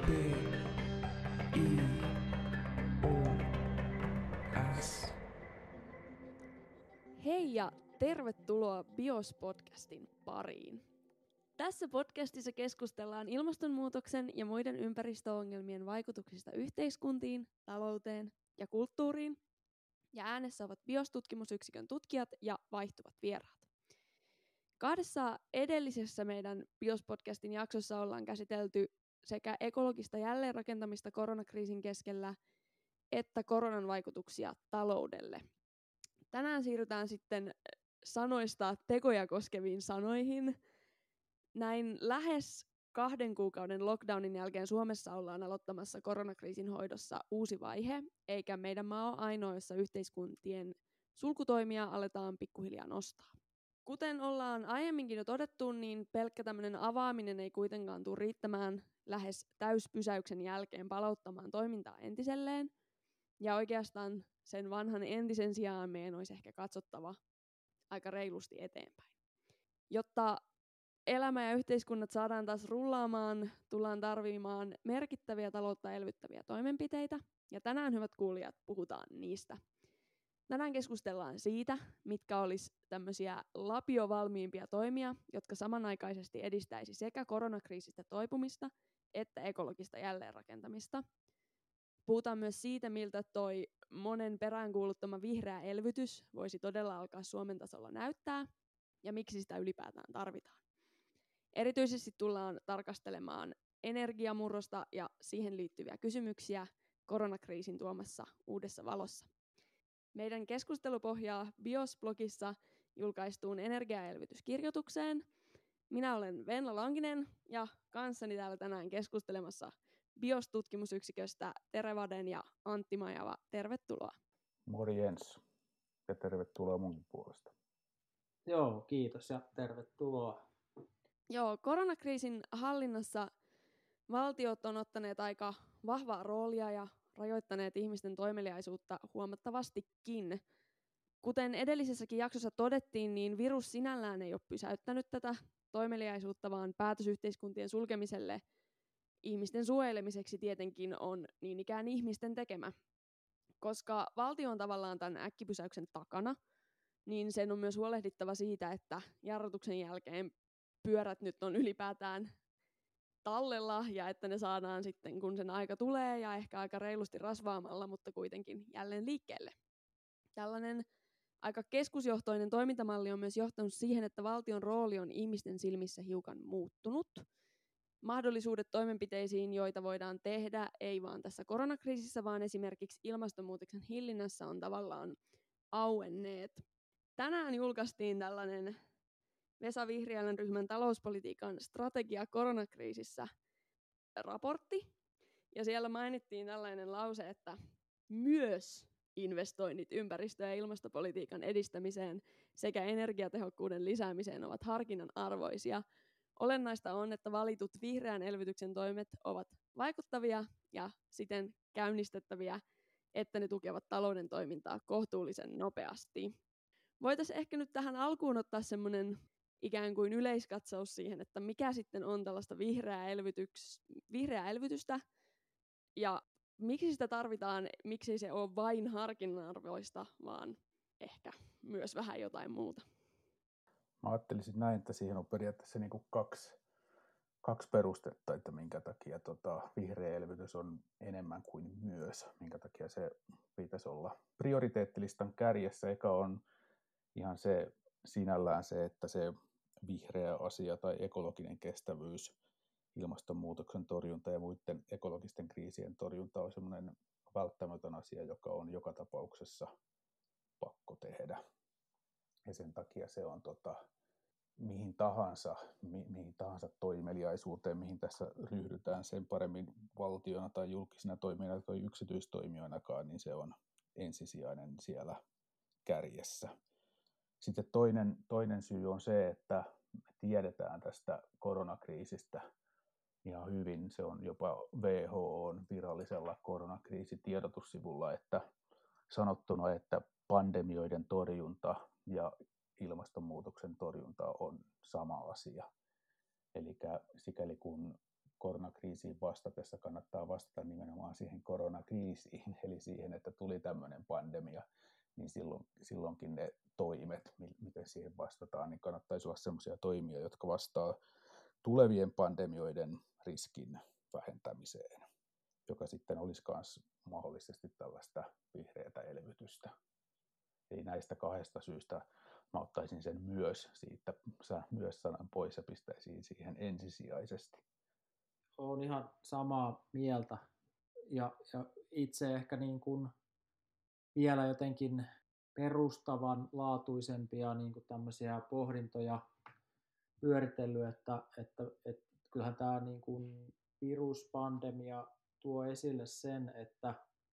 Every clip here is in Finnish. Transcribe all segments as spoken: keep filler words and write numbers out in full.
B I O S. Hei ja tervetuloa BIOS-podcastin pariin. Tässä podcastissa keskustellaan ilmastonmuutoksen ja muiden ympäristöongelmien vaikutuksista yhteiskuntiin, talouteen ja kulttuuriin. Ja äänessä ovat BIOS-tutkimusyksikön tutkijat ja vaihtuvat vieraat. Kahdessa edellisessä meidän BIOS-podcastin jaksossa ollaan käsitelty sekä ekologista jälleenrakentamista koronakriisin keskellä että koronan vaikutuksia taloudelle. Tänään siirrytään sitten sanoista tekoja koskeviin sanoihin. Näin lähes kahden kuukauden lockdownin jälkeen Suomessa ollaan aloittamassa koronakriisin hoidossa uusi vaihe, eikä meidän maa ole ainoa, jossa yhteiskuntien sulkutoimia aletaan pikkuhiljaa nostaa. Kuten ollaan aiemminkin jo todettu, niin pelkkä tämmöinen avaaminen ei kuitenkaan tule riittämään lähes täyspysäyksen jälkeen palauttamaan toimintaa entiselleen. Ja oikeastaan sen vanhan entisen sijaan meidän olisi ehkä katsottava aika reilusti eteenpäin. Jotta elämä ja yhteiskunnat saadaan taas rullaamaan, tullaan tarvimaan merkittäviä taloutta elvyttäviä toimenpiteitä. Ja tänään, hyvät kuulijat, puhutaan niistä. Tänään keskustellaan siitä, mitkä olisi tämmöisiä lapiovalmiimpia toimia, jotka samanaikaisesti edistäisi sekä koronakriisistä toipumista että ekologista jälleenrakentamista. Puhutaan myös siitä, miltä toi monen peräänkuuluttama vihreä elvytys voisi todella alkaa Suomen tasolla näyttää ja miksi sitä ylipäätään tarvitaan. Erityisesti tullaan tarkastelemaan energiamurrosta ja siihen liittyviä kysymyksiä koronakriisin tuomassa uudessa valossa. Meidän keskustelu pohjaa BIOS-blogissa julkaistuun energiaelvytyskirjoitukseen. Minä olen Venla Lankinen ja kanssani täällä tänään keskustelemassa BIOS-tutkimusyksiköstä Tere Vaden ja Antti Majava. Tervetuloa. Morjens ja tervetuloa munkin puolesta. Joo, kiitos ja tervetuloa. Joo, koronakriisin hallinnassa valtiot on ottaneet aika vahvaa roolia ja rajoittaneet ihmisten toimeliaisuutta huomattavastikin. Kuten edellisessäkin jaksossa todettiin, niin virus sinällään ei ole pysäyttänyt tätä toimeliaisuutta, vaan päätös yhteiskuntien sulkemiselle ihmisten suojelemiseksi tietenkin on niin ikään ihmisten tekemä. Koska valtio on tavallaan tämän äkkipysäyksen takana, niin sen on myös huolehdittava siitä, että jarrutuksen jälkeen pyörät nyt on ylipäätään tallella ja että ne saadaan sitten, kun sen aika tulee ja ehkä aika reilusti rasvaamalla, mutta kuitenkin jälleen liikkeelle. Tällainen aika keskusjohtoinen toimintamalli on myös johtanut siihen, että valtion rooli on ihmisten silmissä hiukan muuttunut. Mahdollisuudet toimenpiteisiin, joita voidaan tehdä, ei vaan tässä koronakriisissä, vaan esimerkiksi ilmastonmuutoksen hillinnässä on tavallaan auenneet. Tänään julkaistiin tällainen Vesa Vihriälän ryhmän talouspolitiikan strategia koronakriisissä raportti, ja siellä mainittiin tällainen lause, että myös investoinnit ympäristö- ja ilmastopolitiikan edistämiseen sekä energiatehokkuuden lisäämiseen ovat harkinnan arvoisia. Olennaista on, että valitut vihreän elvytyksen toimet ovat vaikuttavia ja siten käynnistettäviä, että ne tukevat talouden toimintaa kohtuullisen nopeasti. Voitaisiin ehkä nyt tähän alkuun ottaa semmoinen ikään kuin yleiskatsaus siihen, että mikä sitten on tällaista vihreää, elvytyks, vihreää elvytystä ja miksi sitä tarvitaan, miksi se ole vain harkinnanarvoista, vaan ehkä myös vähän jotain muuta. Mä ajattelisin näin, että siihen on periaatteessa niin kuin kaksi, kaksi perustetta, että minkä takia tota, vihreä elvytys on enemmän kuin myös, minkä takia se pitäisi olla prioriteettilistan kärjessä. Eka on ihan se sinällään se, että se vihreä asia tai ekologinen kestävyys, ilmastonmuutoksen torjunta ja muiden ekologisten kriisien torjunta on semmoinen välttämätön asia, joka on joka tapauksessa pakko tehdä. Ja sen takia se on tota, mihin tahansa, mi, mihin tahansa toimeliaisuuteen, mihin tässä ryhdytään sen paremmin valtiona tai julkisena toimijana tai yksityistoimijoinakaan, niin se on ensisijainen siellä kärjessä. Sitten toinen, toinen syy on se, että me tiedetään tästä koronakriisistä ihan hyvin. Se on jopa W H O:n virallisella koronakriisitiedotussivulla, että sanottuna, että pandemioiden torjunta ja ilmastonmuutoksen torjunta on sama asia. Eli sikäli kun koronakriisiin vastatessa kannattaa vastata nimenomaan siihen koronakriisiin, eli siihen, että tuli tämmöinen pandemia, niin silloin, silloinkin ne toimet, miten siihen vastataan, niin kannattaisi olla sellaisia toimia, jotka vastaa tulevien pandemioiden riskin vähentämiseen, joka sitten olisi myös mahdollisesti tällaista vihreätä elvytystä. Eli näistä kahdesta syystä mä ottaisin sen myös siitä, myös sanan pois ja pistäisin siihen ensisijaisesti. Olen ihan samaa mieltä ja, ja itse ehkä niin kuin vielä jotenkin perustavanlaatuisempia niin kuin tämmöisiä pohdintoja pyöritellyt, että, että, että kyllähän tämä niin kuin viruspandemia tuo esille sen, että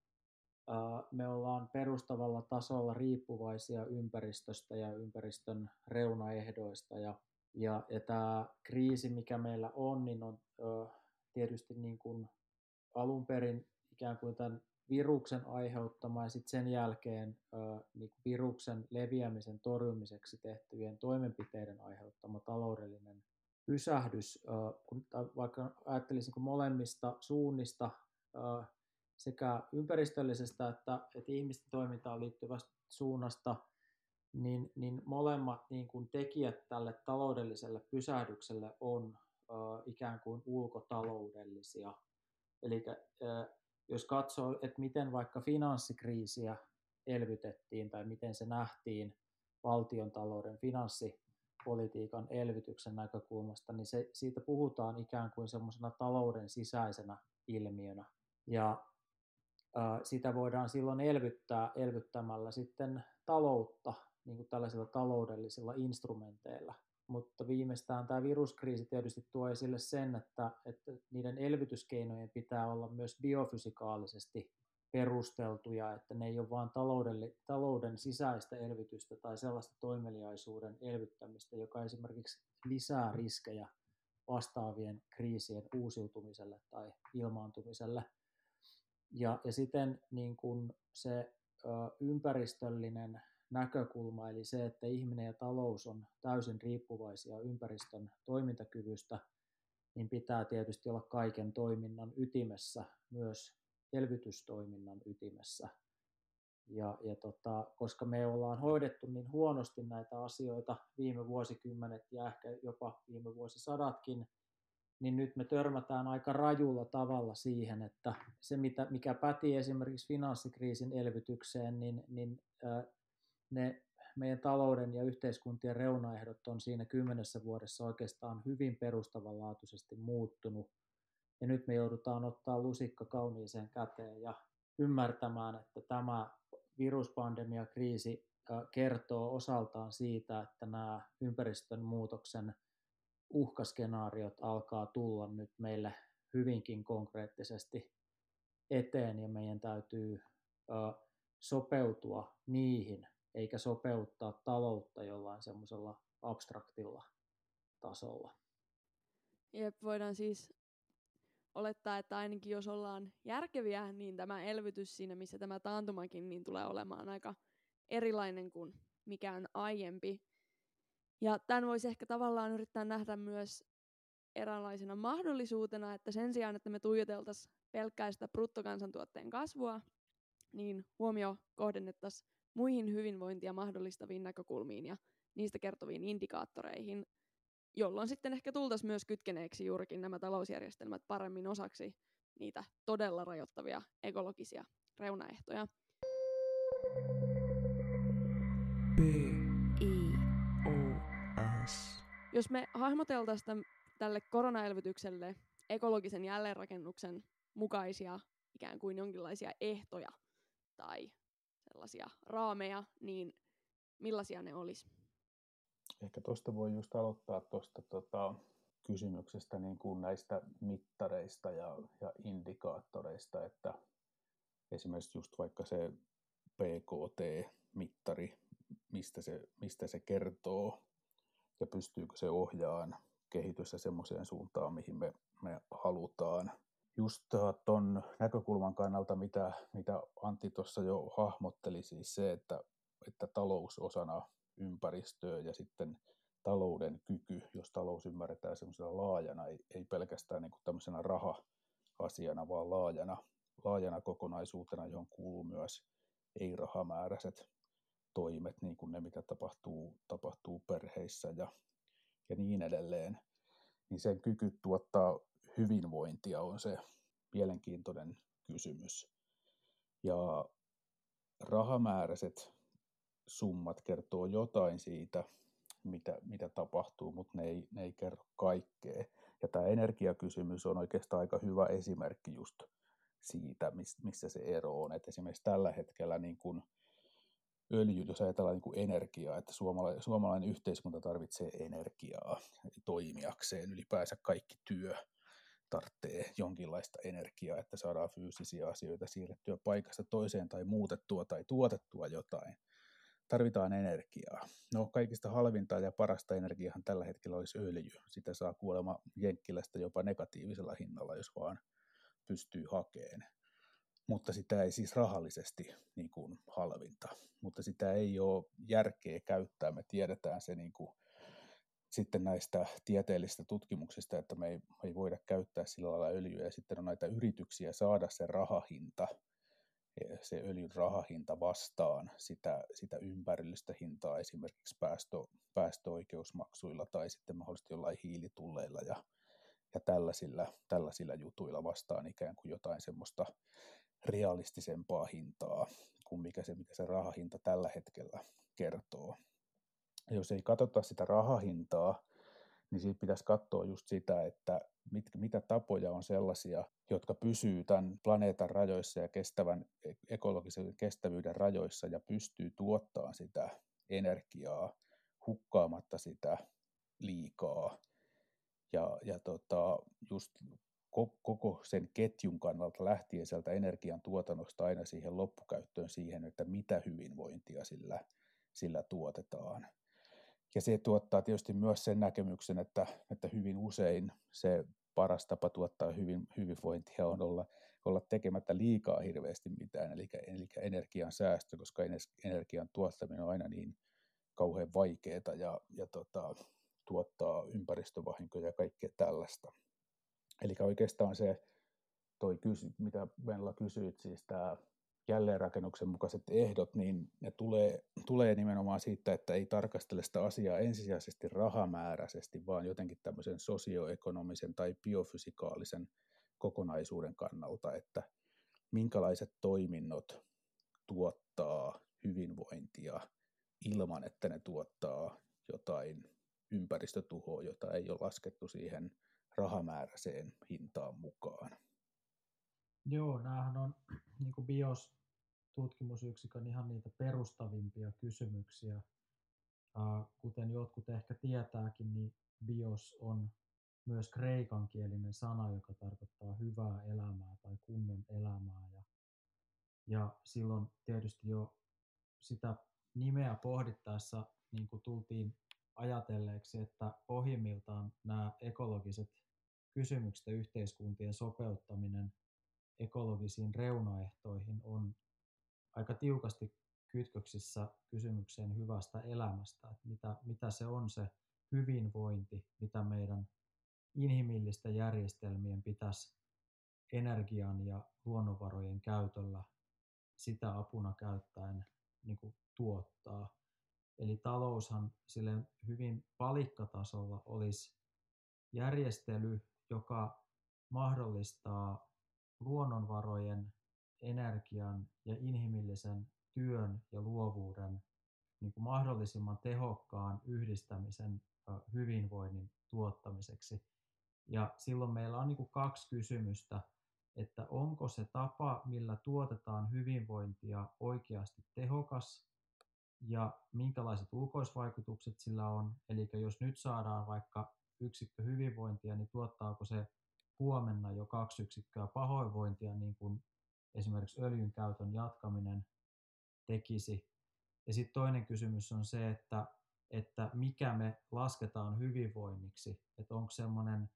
me ollaan perustavalla tasolla riippuvaisia ympäristöstä ja ympäristön reunaehdoista. Ja, ja, ja tämä kriisi, mikä meillä on, niin on ö, tietysti niin kuin alun perin ikään kuin tämän viruksen aiheuttama ja sitten sen jälkeen ö, niin kuin viruksen leviämisen torjumiseksi tehtyjen toimenpiteiden aiheuttama taloudellinen pysähdys. Ö, kun, vaikka ajattelisin niin molemmista suunnista, ö, sekä ympäristöllisestä että, että ihmisten toimintaan liittyvästä suunnasta, niin, niin molemmat niin kuin tekijät tälle taloudelliselle pysähdykselle on ö, ikään kuin ulkotaloudellisia. Eli ö, jos katsoo, että miten vaikka finanssikriisiä elvytettiin tai miten se nähtiin valtiontalouden finanssipolitiikan elvytyksen näkökulmasta, niin se, siitä puhutaan ikään kuin semmoisena talouden sisäisenä ilmiönä. Ja sitä voidaan silloin elvyttää elvyttämällä sitten taloutta niin kuin tällaisilla taloudellisilla instrumenteilla. Mutta viimeistään tämä viruskriisi tietysti tuo esille sen, että, että niiden elvytyskeinojen pitää olla myös biofysikaalisesti perusteltuja, että ne ei ole vain talouden sisäistä elvytystä tai sellaista toimeliaisuuden elvyttämistä, joka esimerkiksi lisää riskejä vastaavien kriisien uusiutumiselle tai ilmaantumiselle. Ja, ja siten niin kun se ö, ympäristöllinen näkökulma, eli se, että ihminen ja talous on täysin riippuvaisia ympäristön toimintakyvystä, niin pitää tietysti olla kaiken toiminnan ytimessä, myös elvytystoiminnan ytimessä. Ja, ja tota, koska me ollaan hoidettu niin huonosti näitä asioita viime vuosikymmenet ja ehkä jopa viime vuosisadatkin, niin nyt me törmätään aika rajulla tavalla siihen, että se mitä, mikä päti esimerkiksi finanssikriisin elvytykseen, niin, niin äh, ne meidän talouden ja yhteiskuntien reunaehdot on siinä kymmenessä vuodessa oikeastaan hyvin perustavanlaatuisesti muuttunut. Ja nyt me joudutaan ottaa lusikka kauniiseen käteen ja ymmärtämään, että tämä viruspandemiakriisi äh, kertoo osaltaan siitä, että nämä ympäristön muutoksen uhkaskenaariot alkaa tulla nyt meille hyvinkin konkreettisesti eteen ja meidän täytyy ö, sopeutua niihin, eikä sopeuttaa taloutta jollain semmoisella abstraktilla tasolla. Jep, voidaan siis olettaa, että ainakin jos ollaan järkeviä, niin tämä elvytys siinä, missä tämä taantumakin, niin tulee olemaan aika erilainen kuin mikään aiempi. Ja tämän voisi ehkä tavallaan yrittää nähdä myös eräänlaisena mahdollisuutena, että sen sijaan, että me tuijoteltaisiin pelkkää sitä bruttokansantuotteen kasvua, niin huomio kohdennettaisiin muihin hyvinvointia mahdollistaviin näkökulmiin ja niistä kertoviin indikaattoreihin, jolloin sitten ehkä tultaisiin myös kytkeneeksi juurikin nämä talousjärjestelmät paremmin osaksi niitä todella rajoittavia ekologisia reunaehtoja. B. I. O. S. Jos me hahmoteltaisiin tälle koronaelvytykselle ekologisen jälleenrakennuksen mukaisia ikään kuin jonkinlaisia ehtoja tai sellaisia raameja, niin millaisia ne olisi? Ehkä tuosta voi just aloittaa tuosta tota, kysymyksestä niin kuin näistä mittareista ja, ja indikaattoreista, että esimerkiksi just vaikka se B K T-mittari, mistä se, mistä se kertoo ja pystyykö se ohjaamaan kehitystä semmoiseen suuntaan, mihin me, me halutaan. Just tuon näkökulman kannalta, mitä, mitä Antti tuossa jo hahmotteli, siis se, että, että talous osana ympäristöä ja sitten talouden kyky, jos talous ymmärretään semmoisena laajana, ei, ei pelkästään niin kuin tämmöisenä raha-asiana, vaan laajana, laajana kokonaisuutena, johon kuuluu myös ei-rahamääräiset toimet, niin kuin ne, mitä tapahtuu, tapahtuu perheissä ja, ja niin edelleen, niin sen kyky tuottaa hyvinvointia on se mielenkiintoinen kysymys. Ja rahamääräiset summat kertoo jotain siitä, mitä, mitä tapahtuu, mutta ne ei, ne ei kerro kaikkea. Ja tämä energiakysymys on oikeastaan aika hyvä esimerkki just siitä, missä se ero on. Et esimerkiksi tällä hetkellä niin kun öljy, jos ajatellaan niin kun energiaa, että suomalainen, suomalainen yhteiskunta tarvitsee energiaa toimijakseen, ylipäänsä kaikki työ tarvitsee jonkinlaista energiaa, että saadaan fyysisiä asioita siirrettyä paikasta toiseen tai muutettua tai tuotettua jotain. Tarvitaan energiaa. No kaikista halvinta ja parasta energiahan tällä hetkellä olisi öljy. Sitä saa kuulemma Jenkkilästä jopa negatiivisella hinnalla, jos vaan pystyy hakemaan. Mutta sitä ei siis rahallisesti niin kuin halvinta. Mutta sitä ei ole järkeä käyttää. Me tiedetään se niin kuin sitten näistä tieteellisistä tutkimuksista, että me ei, me ei voida käyttää sillä lailla öljyä. Ja sitten on näitä yrityksiä saada se rahahinta, se öljyn rahahinta vastaan sitä, sitä ympärillistä hintaa esimerkiksi päästö, päästöoikeusmaksuilla tai sitten mahdollisesti jollain hiilitulleilla ja, ja tällaisilla, tällaisilla jutuilla vastaan ikään kuin jotain semmoista realistisempaa hintaa kuin mikä se, mikä se rahahinta tällä hetkellä kertoo. Ja jos ei katsota sitä rahahintaa, niin siitä pitäisi katsoa just sitä, että mit, mitä tapoja on sellaisia, jotka pysyy tämän planeetan rajoissa ja kestävän ekologisen kestävyyden rajoissa ja pystyy tuottamaan sitä energiaa hukkaamatta sitä liikaa. Ja, ja tota, just koko sen ketjun kannalta lähtien sieltä energian tuotannosta aina siihen loppukäyttöön siihen, että mitä hyvinvointia sillä, sillä tuotetaan. Ja se tuottaa tietysti myös sen näkemyksen, että, että hyvin usein se paras tapa tuottaa hyvin, hyvinvointia on olla, olla tekemättä liikaa hirveästi mitään, eli, eli energian säästö, koska energian tuottaminen on aina niin kauhean vaikeaa ja, ja tota, tuottaa ympäristövahinkoja ja kaikkea tällaista. Eli oikeastaan se, toi kysy, mitä Venla kysyit, siis tämä jälleenrakennuksen mukaiset ehdot, niin ne tulee, tulee nimenomaan siitä, että ei tarkastele sitä asiaa ensisijaisesti rahamääräisesti, vaan jotenkin tämmöisen sosioekonomisen tai biofysikaalisen kokonaisuuden kannalta, että minkälaiset toiminnot tuottaa hyvinvointia ilman, että ne tuottaa jotain ympäristötuhoa, jota ei ole laskettu siihen rahamääräiseen hintaan mukaan. Joo, näähän on niin kuin BIOS-tutkimusyksikön ihan niitä perustavimpia kysymyksiä. Uh, kuten jotkut ehkä tietääkin, niin BIOS on myös kreikankielinen sana, joka tarkoittaa hyvää elämää tai kunnon elämää. Ja, ja silloin tietysti jo sitä nimeä pohdittaessa niin kuin tultiin ajatelleeksi, että pohjimmiltaan nämä ekologiset kysymykset ja yhteiskuntien sopeuttaminen ekologisiin reunaehtoihin on aika tiukasti kytköksissä kysymykseen hyvästä elämästä, että mitä, mitä se on se hyvinvointi, mitä meidän inhimillisten järjestelmien pitäisi energian ja luonnonvarojen käytöllä sitä apuna käyttäen niin kuin tuottaa. Eli taloushan sille hyvin palikkatasolla olisi järjestely, joka mahdollistaa luonnonvarojen, energian ja inhimillisen työn ja luovuuden niin kuin mahdollisimman tehokkaan yhdistämisen hyvinvoinnin tuottamiseksi. Ja silloin meillä on niin kuin kaksi kysymystä, että onko se tapa, millä tuotetaan hyvinvointia oikeasti tehokas ja minkälaiset ulkoisvaikutukset sillä on. Eli jos nyt saadaan vaikka yksikkö hyvinvointia, niin tuottaako se huomenna jo kaksi yksikköä pahoinvointia, niin kuin esimerkiksi öljyn käytön jatkaminen tekisi. Ja sitten toinen kysymys on se, että, että mikä me lasketaan hyvinvoinniksi, että onko semmoinen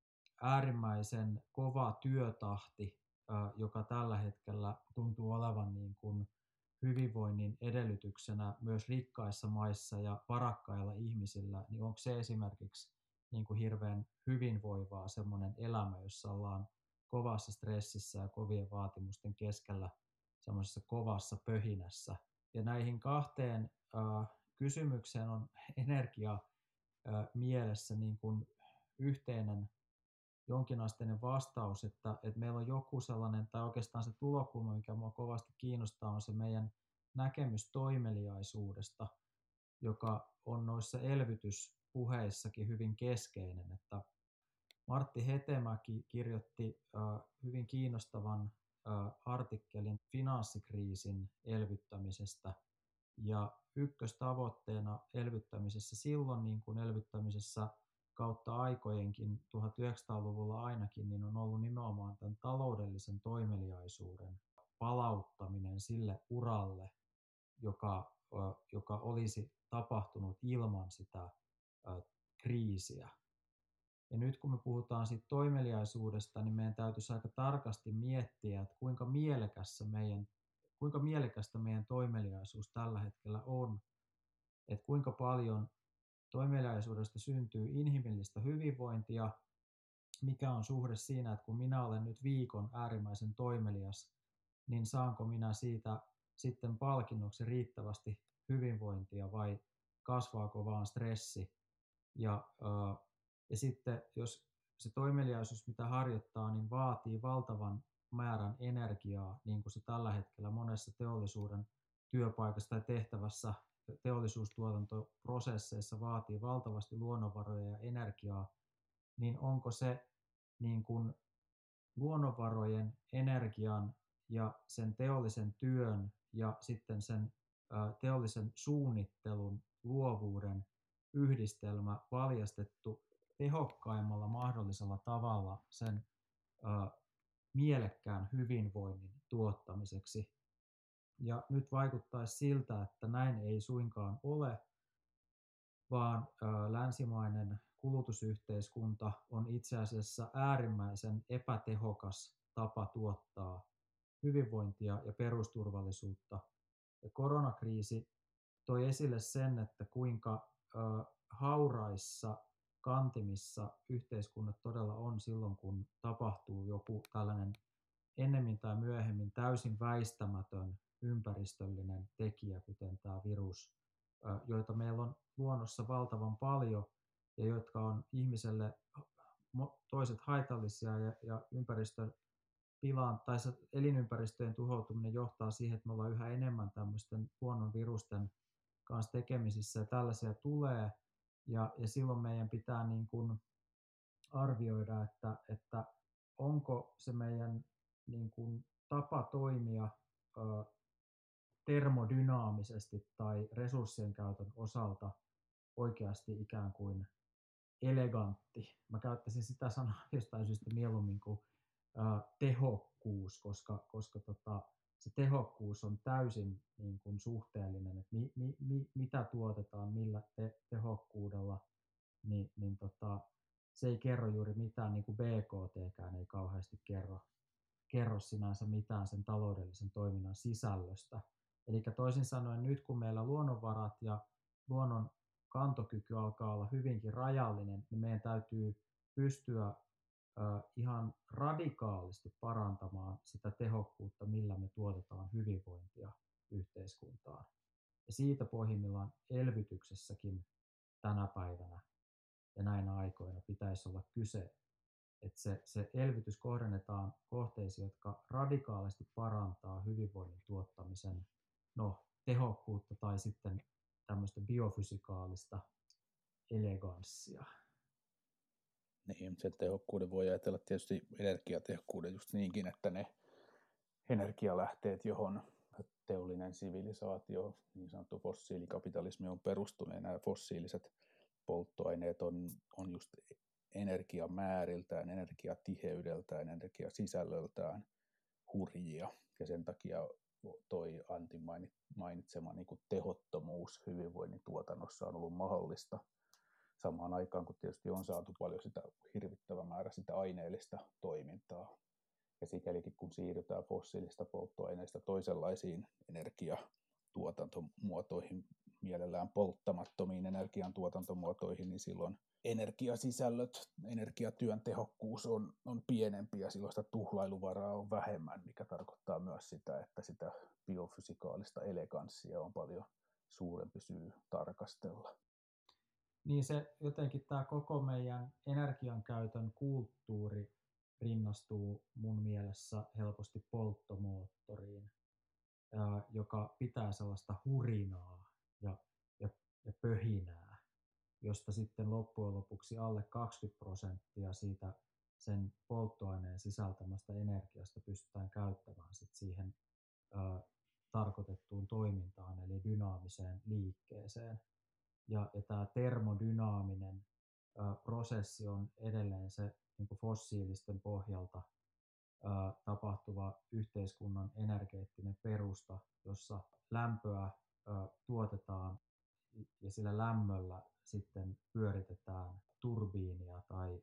äärimmäisen kova työtahti, joka tällä hetkellä tuntuu olevan niin kuin hyvinvoinnin edellytyksenä myös rikkaissa maissa ja varakkailla ihmisillä, niin onko se esimerkiksi niin kuin hirveän hyvinvoivaa semmoinen elämä, jossa ollaan kovassa stressissä ja kovien vaatimusten keskellä semmoisessa kovassa pöhinässä. Ja näihin kahteen äh, kysymykseen on energia äh, mielessä niin kuin yhteinen jonkinasteinen vastaus, että, että meillä on joku sellainen, tai oikeastaan se tulokulma, mikä minua kovasti kiinnostaa, on se meidän näkemys toimeliaisuudesta, joka on noissa elvytyspuheissakin hyvin keskeinen. Että Martti Hetemäki kirjoitti äh, hyvin kiinnostavan äh, artikkelin finanssikriisin elvyttämisestä, ja ykköstavoitteena elvyttämisessä silloin, niin kuin elvyttämisessä kautta aikojenkin tuhatyhdeksänsataaluvulla ainakin, niin on ollut nimenomaan tämän taloudellisen toimeliaisuuden palauttaminen sille uralle, joka, joka olisi tapahtunut ilman sitä kriisiä. Ja nyt kun me puhutaan siitä toimeliaisuudesta, niin meidän täytyisi aika tarkasti miettiä, että kuinka mielekästä meidän, kuinka mielekästä meidän toimeliaisuus tällä hetkellä on, että kuinka paljon toimeliaisuudesta syntyy inhimillistä hyvinvointia, mikä on suhde siinä, että kun minä olen nyt viikon äärimmäisen toimelias, niin saanko minä siitä sitten palkinnoksi riittävästi hyvinvointia vai kasvaako vaan stressi. Ja, ja sitten jos se toimeliaisuus, mitä harjoittaa, niin vaatii valtavan määrän energiaa, niin kuin se tällä hetkellä monessa teollisuuden työpaikassa tai tehtävässä teollisuustuotantoprosesseissa vaatii valtavasti luonnonvaroja ja energiaa, niin onko se niin kuin luonnonvarojen, energian ja sen teollisen työn ja sitten sen teollisen suunnittelun, luovuuden yhdistelmä valjastettu tehokkaimmalla mahdollisella tavalla sen mielekkään hyvinvoinnin tuottamiseksi. Ja nyt vaikuttaisi siltä, että näin ei suinkaan ole, vaan länsimainen kulutusyhteiskunta on itse asiassa äärimmäisen epätehokas tapa tuottaa hyvinvointia ja perusturvallisuutta. Ja koronakriisi toi esille sen, että kuinka hauraissa kantimissa yhteiskunnat todella on silloin, kun tapahtuu joku tällainen ennemmin tai myöhemmin täysin väistämätön ympäristöllinen tekijä, kuten tämä virus, joita meillä on luonnossa valtavan paljon ja jotka on ihmiselle toiset haitallisia ja, ja ympäristön pilaan tai elinympäristöjen tuhoutuminen johtaa siihen, että me ollaan yhä enemmän tämmöisten luonnon virusten kanssa tekemisissä ja tällaisia tulee ja, ja silloin meidän pitää niin kuin arvioida, että, että onko se meidän niin kuin tapa toimia ö, termodynaamisesti tai resurssien käytön osalta oikeasti ikään kuin elegantti. Mä käyttäisin sitä sanaa jostain syystä mieluummin kuin ö, tehokkuus, koska, koska tota, se tehokkuus on täysin niin kuin suhteellinen, että mi, mi, mi, mitä tuotetaan, millä te, tehokkuudella, niin, niin tota, se ei kerro juuri mitään, niin kuin B K T:kään ei kauheasti kerro, kerro sinänsä mitään sen taloudellisen toiminnan sisällöstä. Eli toisin sanoen nyt kun meillä luonnonvarat ja luonnon kantokyky alkaa olla hyvinkin rajallinen, niin meidän täytyy pystyä ö, ihan radikaalisti parantamaan sitä tehokkuutta, millä me tuotetaan hyvinvointia yhteiskuntaan. Ja siitä pohjimmillaan elvytyksessäkin tänä päivänä ja näinä aikoina pitäisi olla kyse, että se, se elvytys kohdennetaan kohteisiin, jotka radikaalisti parantaa hyvinvoinnin tuottamisen no, tehokkuutta tai sitten tämmöistä biofysikaalista eleganssia. Niin, sen tehokkuuden voi ajatella tietysti energiatehokkuuden just niinkin, että ne energialähteet, johon teollinen sivilisaatio, niin sanottu fossiilikapitalismi on perustunut, ja nämä fossiiliset polttoaineet on, on just energiamääriltään, energiatiheydeltään, energiasisällöltään hurjia, ja sen takia toi Antin mainitsema niin kuin tehottomuus hyvinvoinnin tuotannossa on ollut mahdollista samaan aikaan, kun tietysti on saatu paljon sitä hirvittävä määrä sitä aineellista toimintaa Ja sikälikin kun siirrytään fossiilista polttoaineista toisenlaisiin energiatuotantomuotoihin, mielellään polttamattomiin energiantuotantomuotoihin, niin silloin energiasisällöt, energiatyön tehokkuus on, on pienempi ja silloin sitä tuhlailuvaraa on vähemmän, mikä tarkoittaa myös sitä, että sitä biofysikaalista eleganssia on paljon suurempi syy tarkastella. Niin se jotenkin tämä koko meidän energiankäytön kulttuuri rinnastuu mun mielessä helposti polttomoottoriin, joka pitää sellaista hurinaa ja, ja, ja pöhinää, josta sitten loppujen lopuksi alle kaksikymmentä prosenttia siitä sen polttoaineen sisältämästä energiasta pystytään käyttämään sit siihen ä, tarkoitettuun toimintaan, eli dynaamiseen liikkeeseen. Ja, ja tämä termodynaaminen ä, prosessi on edelleen se niin kuin fossiilisten pohjalta ä, tapahtuva yhteiskunnan energeettinen perusta, jossa lämpöä ä, tuotetaan ja sillä lämmöllä sitten pyöritetään turbiinia tai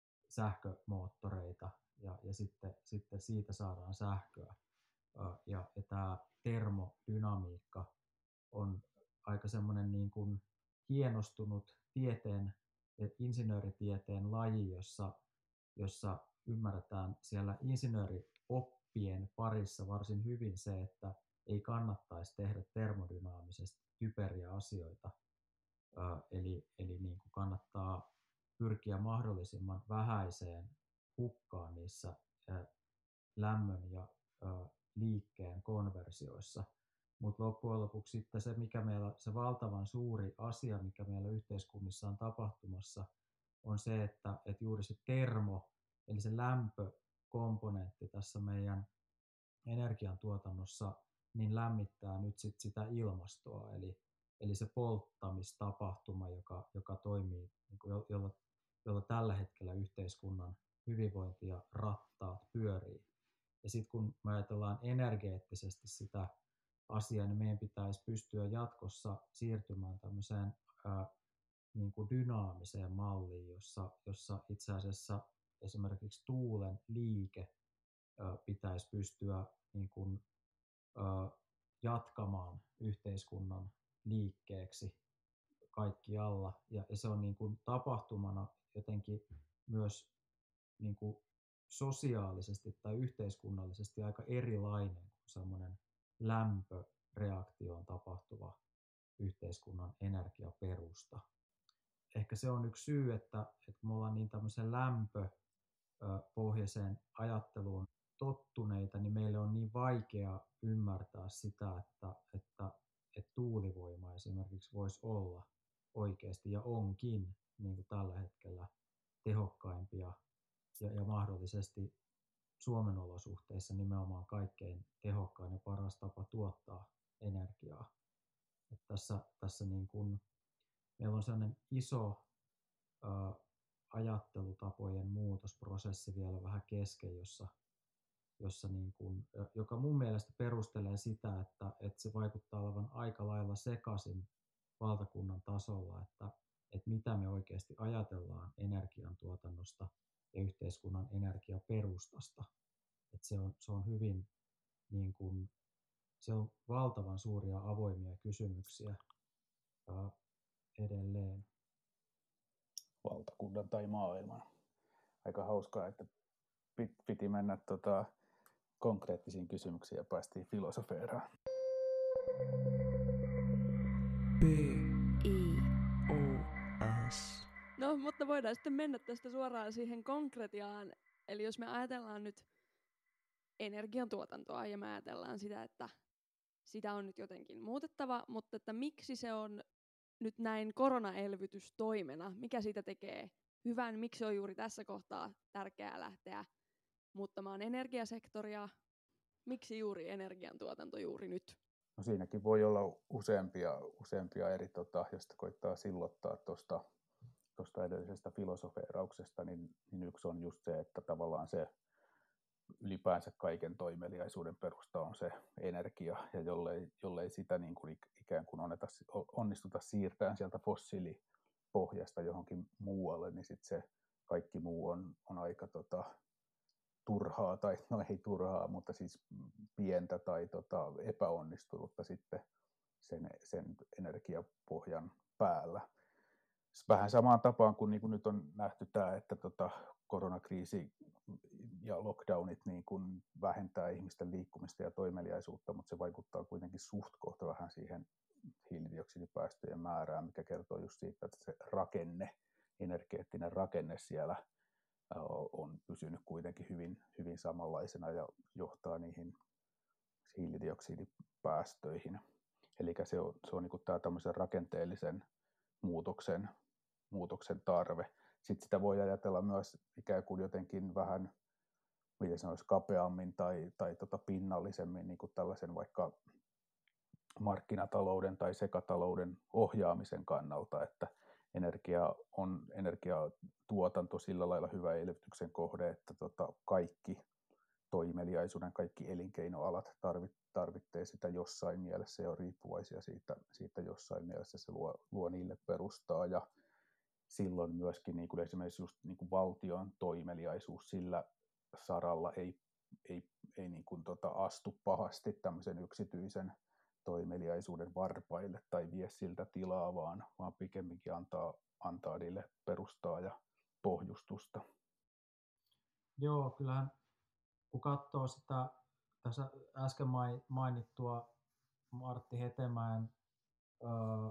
sähkömoottoreita ja, ja sitten, sitten siitä saadaan sähköä. Ja, ja tämä termodynamiikka on aika semmoinen niin kuin hienostunut tieteen ja insinööritieteen laji, jossa, jossa ymmärretään siellä insinöörioppien parissa varsin hyvin se, että ei kannattaisi tehdä termodynaamisesti typeriä asioita. Eli, eli niin kuin kannattaa pyrkiä mahdollisimman vähäiseen hukkaan niissä lämmön ja liikkeen konversioissa. Mutta loppujen lopuksi sitten se, mikä meillä, se valtavan suuri asia, mikä meillä yhteiskunnissa on tapahtumassa, on se, että, että juuri se termo, eli se lämpökomponentti tässä meidän energiantuotannossa, niin lämmittää nyt sit sitä ilmastoa, eli, eli se polttamistapahtuma, joka, joka toimii, niin kuin jolla, jolla tällä hetkellä yhteiskunnan hyvinvointi ja rattaat pyörii. Ja sitten kun me ajatellaan energeettisesti sitä asiaa, niin meidän pitäisi pystyä jatkossa siirtymään tämmöiseen ää, niin kuin dynaamiseen malliin, jossa, jossa itse asiassa esimerkiksi tuulen liike ää, pitäisi pystyä niin kuin, ää, jatkamaan yhteiskunnan liikkeeksi kaikkialla. Ja, ja se on niin kuin tapahtumana jotenkin myös niin kuin sosiaalisesti tai yhteiskunnallisesti aika erilainen kuin semmoinen lämpöreaktioon tapahtuva yhteiskunnan energiaperusta. Ehkä se on yksi syy, että, että me ollaan niin tämmöiseen lämpöpohjaiseen ajatteluun tottuneita, niin meille on niin vaikea ymmärtää sitä, että, että, että tuulivoima esimerkiksi voisi olla oikeasti ja onkin niin kuin tällä hetkellä tehokkaimpia ja, ja mahdollisesti Suomen olosuhteissa nimenomaan kaikkein tehokkain ja paras tapa tuottaa energiaa. Että tässä tässä niin kuin, meillä on sellainen iso ä, ajattelutapojen muutosprosessi vielä vähän kesken, jossa, jossa niin kuin, joka mun mielestä perustelee sitä, että, että se vaikuttaa olevan aika lailla sekaisin valtakunnan tasolla, että, että mitä me oikeasti ajatellaan energiantuotannosta ja yhteiskunnan energiaperustasta. Että se on, se on hyvin, niin kuin, se on valtavan suuria avoimia kysymyksiä ää, edelleen. Valtakunnan tai maailman. Aika hauskaa, että piti mennä tota, konkreettisiin kysymyksiin ja päästiin filosofeeraan. B I O S. No, mutta voidaan sitten mennä tästä suoraan siihen konkretiaan. Eli jos me ajatellaan nyt energiantuotantoa ja me ajatellaan sitä, että sitä on nyt jotenkin muutettava, mutta että miksi se on nyt näin koronaelvytystoimena, mikä siitä tekee hyvän, miksi on juuri tässä kohtaa tärkeää lähteä muuttamaan energiasektoria, miksi juuri energiantuotanto juuri nyt? No siinäkin voi olla useampia, useampia eri, tota, josta koittaa sillottaa tuosta tuosta edellisestä filosofeerauksesta, niin, niin yksi on just se, että tavallaan se ylipäänsä kaiken toimeliaisuuden perusta on se energia, ja jollei, jollei sitä niin kuin ikään kuin onneta, onnistuta siirtämään sieltä fossiilipohjasta johonkin muualle, niin sitten se kaikki muu on, on aika tota, turhaa, tai no ei turhaa, mutta siis pientä tai tota, epäonnistunutta sitten sen, sen energiapohjan päällä. Vähän samaan tapaan kuin, niin kuin nyt on nähty tämä, että tota, koronakriisi ja lockdownit niin kuin vähentää ihmisten liikkumista ja toimeliaisuutta, mutta se vaikuttaa kuitenkin suht kohta vähän siihen hiilidioksidipäästöjen määrään, mikä kertoo just siitä, että se rakenne, energeettinen rakenne siellä on pysynyt kuitenkin hyvin, hyvin samanlaisena ja johtaa niihin hiilidioksidipäästöihin. Eli se on, se on niin kuin tämä tämmöisen rakenteellisen muutoksen, muutoksen tarve. Sitten sitä voi ajatella myös ikään kuin jotenkin vähän, miten sanoisi, kapeammin tai, tai tota pinnallisemmin niin kuin tällaisen vaikka markkinatalouden tai sekatalouden ohjaamisen kannalta, että energia on energiatuotanto sillä lailla hyvä elvytyksen kohde, että tota kaikki toimeliaisuuden, kaikki elinkeinoalat tarvitsee sitä jossain mielessä ja on riippuvaisia siitä, siitä jossain mielessä, se luo, luo niille perustaa ja silloin myöskin niin kuin esimerkiksi just niin kuin valtion toimeliaisuus sillä saralla ei, ei, ei niin kuin tota astu pahasti tämmöisen yksityisen toimeliaisuuden varpaille tai vie siltä tilaa, vaan, vaan pikemminkin antaa, antaa niille perustaa ja pohjustusta. Joo, kyllähän kun katsoo sitä tässä äsken mainittua Martti Hetemäen ö,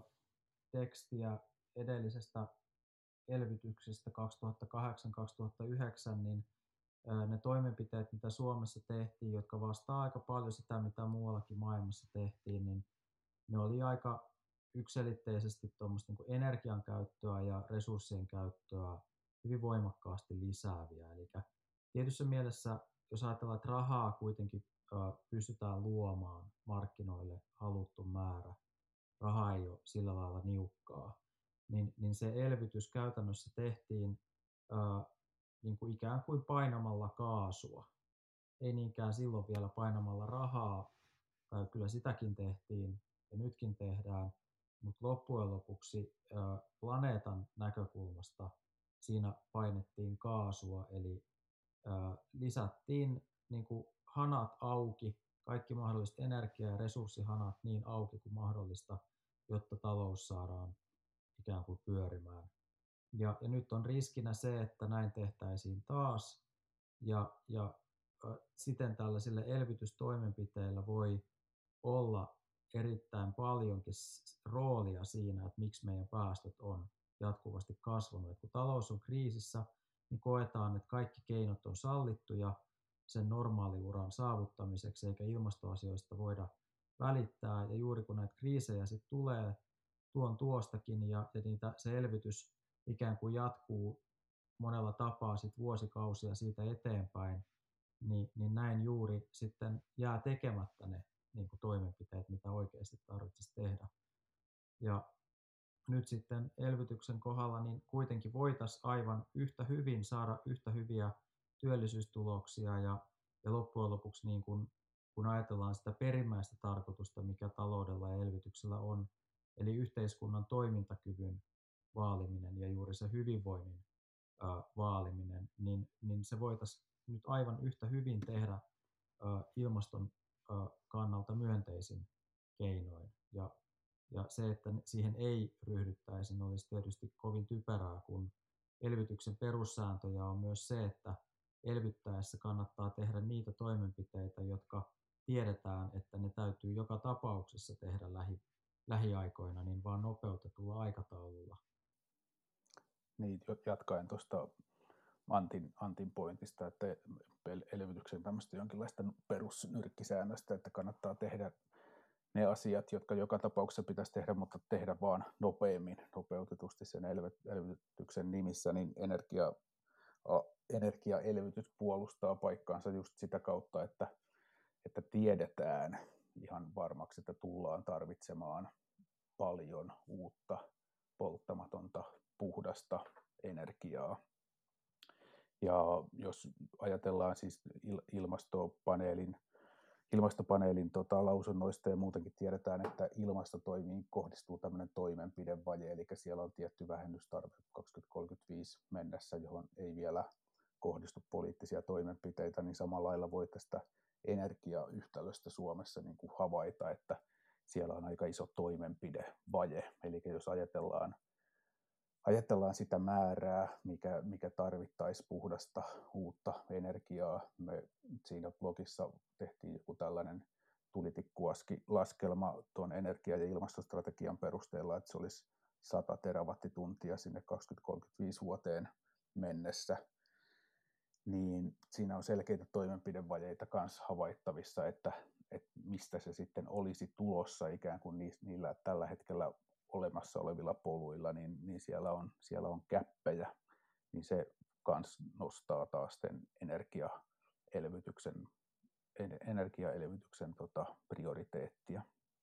tekstiä edellisestä elvytyksestä kaksituhattakahdeksan kaksituhattayhdeksän, niin ö, ne toimenpiteet, mitä Suomessa tehtiin, jotka vastaa aika paljon sitä, mitä muuallakin maailmassa tehtiin, niin ne oli aika yksiselitteisesti tuommoista niin energian käyttöä ja resurssien käyttöä hyvin voimakkaasti lisääviä. Eli tietyssä mielessä, jos ajatellaan, että rahaa kuitenkin pystytään luomaan markkinoille haluttu määrä, raha ei ole sillä lailla niukkaa, niin, niin se elvytys käytännössä tehtiin ää, niin kuin ikään kuin painamalla kaasua. Ei niinkään silloin vielä painamalla rahaa, tai kyllä sitäkin tehtiin ja nytkin tehdään, mutta loppujen lopuksi ää, planeetan näkökulmasta siinä painettiin kaasua, eli ää, lisättiin niin kuin hanat auki, kaikki mahdolliset energia- ja resurssihanat niin auki kuin mahdollista, jotta talous saadaan ikään kuin pyörimään. Ja, ja nyt on riskinä se, että näin tehtäisiin taas, ja, ja ä, siten tällaisilla elvytystoimenpiteillä voi olla erittäin paljonkin roolia siinä, että miksi meidän päästöt on jatkuvasti kasvanut. Et kun talous on kriisissä, niin koetaan, että kaikki keinot on sallittuja sen normaaliuran saavuttamiseksi, eikä ilmastoasioista voida välittää. Ja juuri kun näitä kriisejä sitten tulee tuon tuostakin ja, ja niitä, se elvytys ikään kuin jatkuu monella tapaa sit vuosikausia siitä eteenpäin, niin, niin näin juuri sitten jää tekemättä ne niin kuin toimenpiteet, mitä oikeasti tarvitsisi tehdä. Ja nyt sitten elvytyksen kohdalla niin kuitenkin voitaisiin aivan yhtä hyvin saada yhtä hyviä työllisyystuloksia ja, ja loppujen lopuksi niin kun, kun ajatellaan sitä perimmäistä tarkoitusta, mikä taloudella ja elvytyksellä on, eli yhteiskunnan toimintakyvyn vaaliminen ja juuri se hyvinvoinnin ää, vaaliminen, niin, niin se voitaisiin nyt aivan yhtä hyvin tehdä ää, ilmaston ää, kannalta myönteisin keinoin. Ja Ja se, että siihen ei ryhdyttäisi, olisi tietysti kovin typerää, kun elvytyksen perussääntöjä on myös se, että elvyttäessä kannattaa tehdä niitä toimenpiteitä, jotka tiedetään, että ne täytyy joka tapauksessa tehdä lähi, lähiaikoina, niin vaan nopeutetulla aikataululla. Niin, jatkaen tuosta Antin, Antin pointista, että elvytyksen tämmöistä jonkinlaista perusnyrkkisäännöstä, että kannattaa tehdä ne asiat, jotka joka tapauksessa pitäisi tehdä, mutta tehdä vaan nopeammin, nopeutetusti sen elvytyksen nimissä, niin energia, energiaelvytys puolustaa paikkaansa just sitä kautta, että, että tiedetään ihan varmaksi, että tullaan tarvitsemaan paljon uutta polttamatonta, puhdasta energiaa. Ja jos ajatellaan siis ilmastopaneelin Ilmastopaneelin tota, lausunnoista ja muutenkin tiedetään, että ilmastotoimiin kohdistuu tämmöinen toimenpidevaje, eli siellä on tietty vähennystarve kaksituhattakolmekymmentäviisi mennessä, johon ei vielä kohdistu poliittisia toimenpiteitä, niin samalla lailla voi tästä energiayhtälöstä Suomessa niin kuin havaita, että siellä on aika iso toimenpidevaje. Eli jos ajatellaan, ajatellaan sitä määrää, mikä, mikä tarvittaisi puhdasta uutta energiaa, me siinä blogissa tehtiin joku tällainen tulitikkulaskelma tuon energia- ja ilmastostrategian perusteella, että se olisi sata terawattituntia sinne kaksituhattakolmekymmentäviisi vuoteen mennessä, niin siinä on selkeitä toimenpidevajeita kanssa havaittavissa, että, että mistä se sitten olisi tulossa ikään kuin niillä tällä hetkellä olemassa olevilla poluilla, niin, niin siellä on, siellä on käppejä, niin se kans nostaa taas sen energiaelvytyksen, energiaelvytyksen tota, prioriteettia.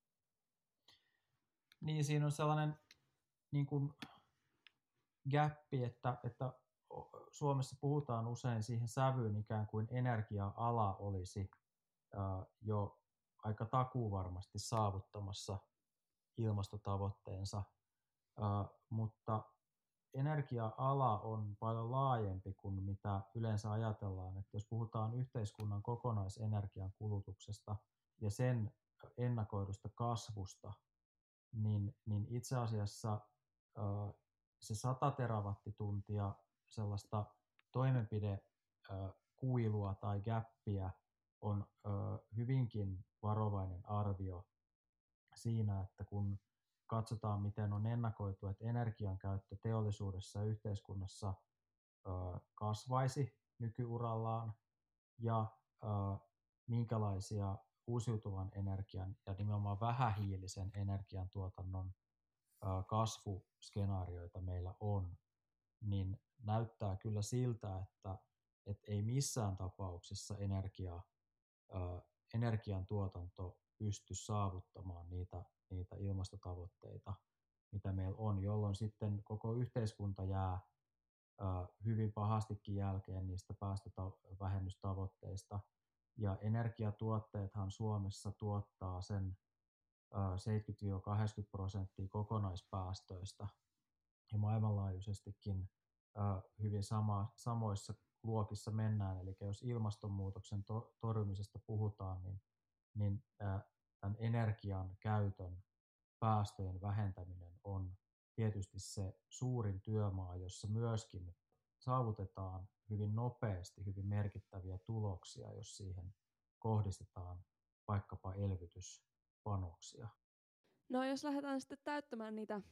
Niin, siinä on sellainen niin kuin gappi, että, että Suomessa puhutaan usein siihen sävyyn ikään kuin energia-ala olisi ää, jo aika takuuvarmasti saavuttamassa ilmastotavoitteensa, ää, mutta energia-ala on paljon laajempi kuin mitä yleensä ajatellaan. Että jos puhutaan yhteiskunnan kokonaisenergian kulutuksesta ja sen ennakoidusta kasvusta, niin, niin itse asiassa ää, se sata terawattituntia sellaista toimenpidekuilua tai gäppiä on ö, hyvinkin varovainen arvio siinä, että kun katsotaan, miten on ennakoitu, että energian käyttö teollisuudessa ja yhteiskunnassa ö, kasvaisi nykyurallaan ja ö, minkälaisia uusiutuvan energian ja nimenomaan vähähiilisen energiantuotannon ö, kasvuskenaarioita meillä on, niin näyttää kyllä siltä, että, että ei missään tapauksessa energia, ää, energiantuotanto pysty saavuttamaan niitä, niitä ilmastotavoitteita, mitä meillä on, jolloin sitten koko yhteiskunta jää ää, hyvin pahastikin jälkeen niistä päästövähennystavoitteista. Ja energiatuotteethan Suomessa tuottaa sen ää, seitsemänkymmentä kahdeksankymmentä prosenttia kokonaispäästöistä. Ja maailmanlaajuisestikin äh, hyvin sama, samoissa luokissa mennään. Eli jos ilmastonmuutoksen to, torjumisesta puhutaan, niin, niin äh, tämän energian käytön päästöjen vähentäminen on tietysti se suurin työmaa, jossa myöskin saavutetaan hyvin nopeasti hyvin merkittäviä tuloksia, jos siihen kohdistetaan vaikkapa elvytyspanoksia. No jos lähdetään sitten täyttämään niitä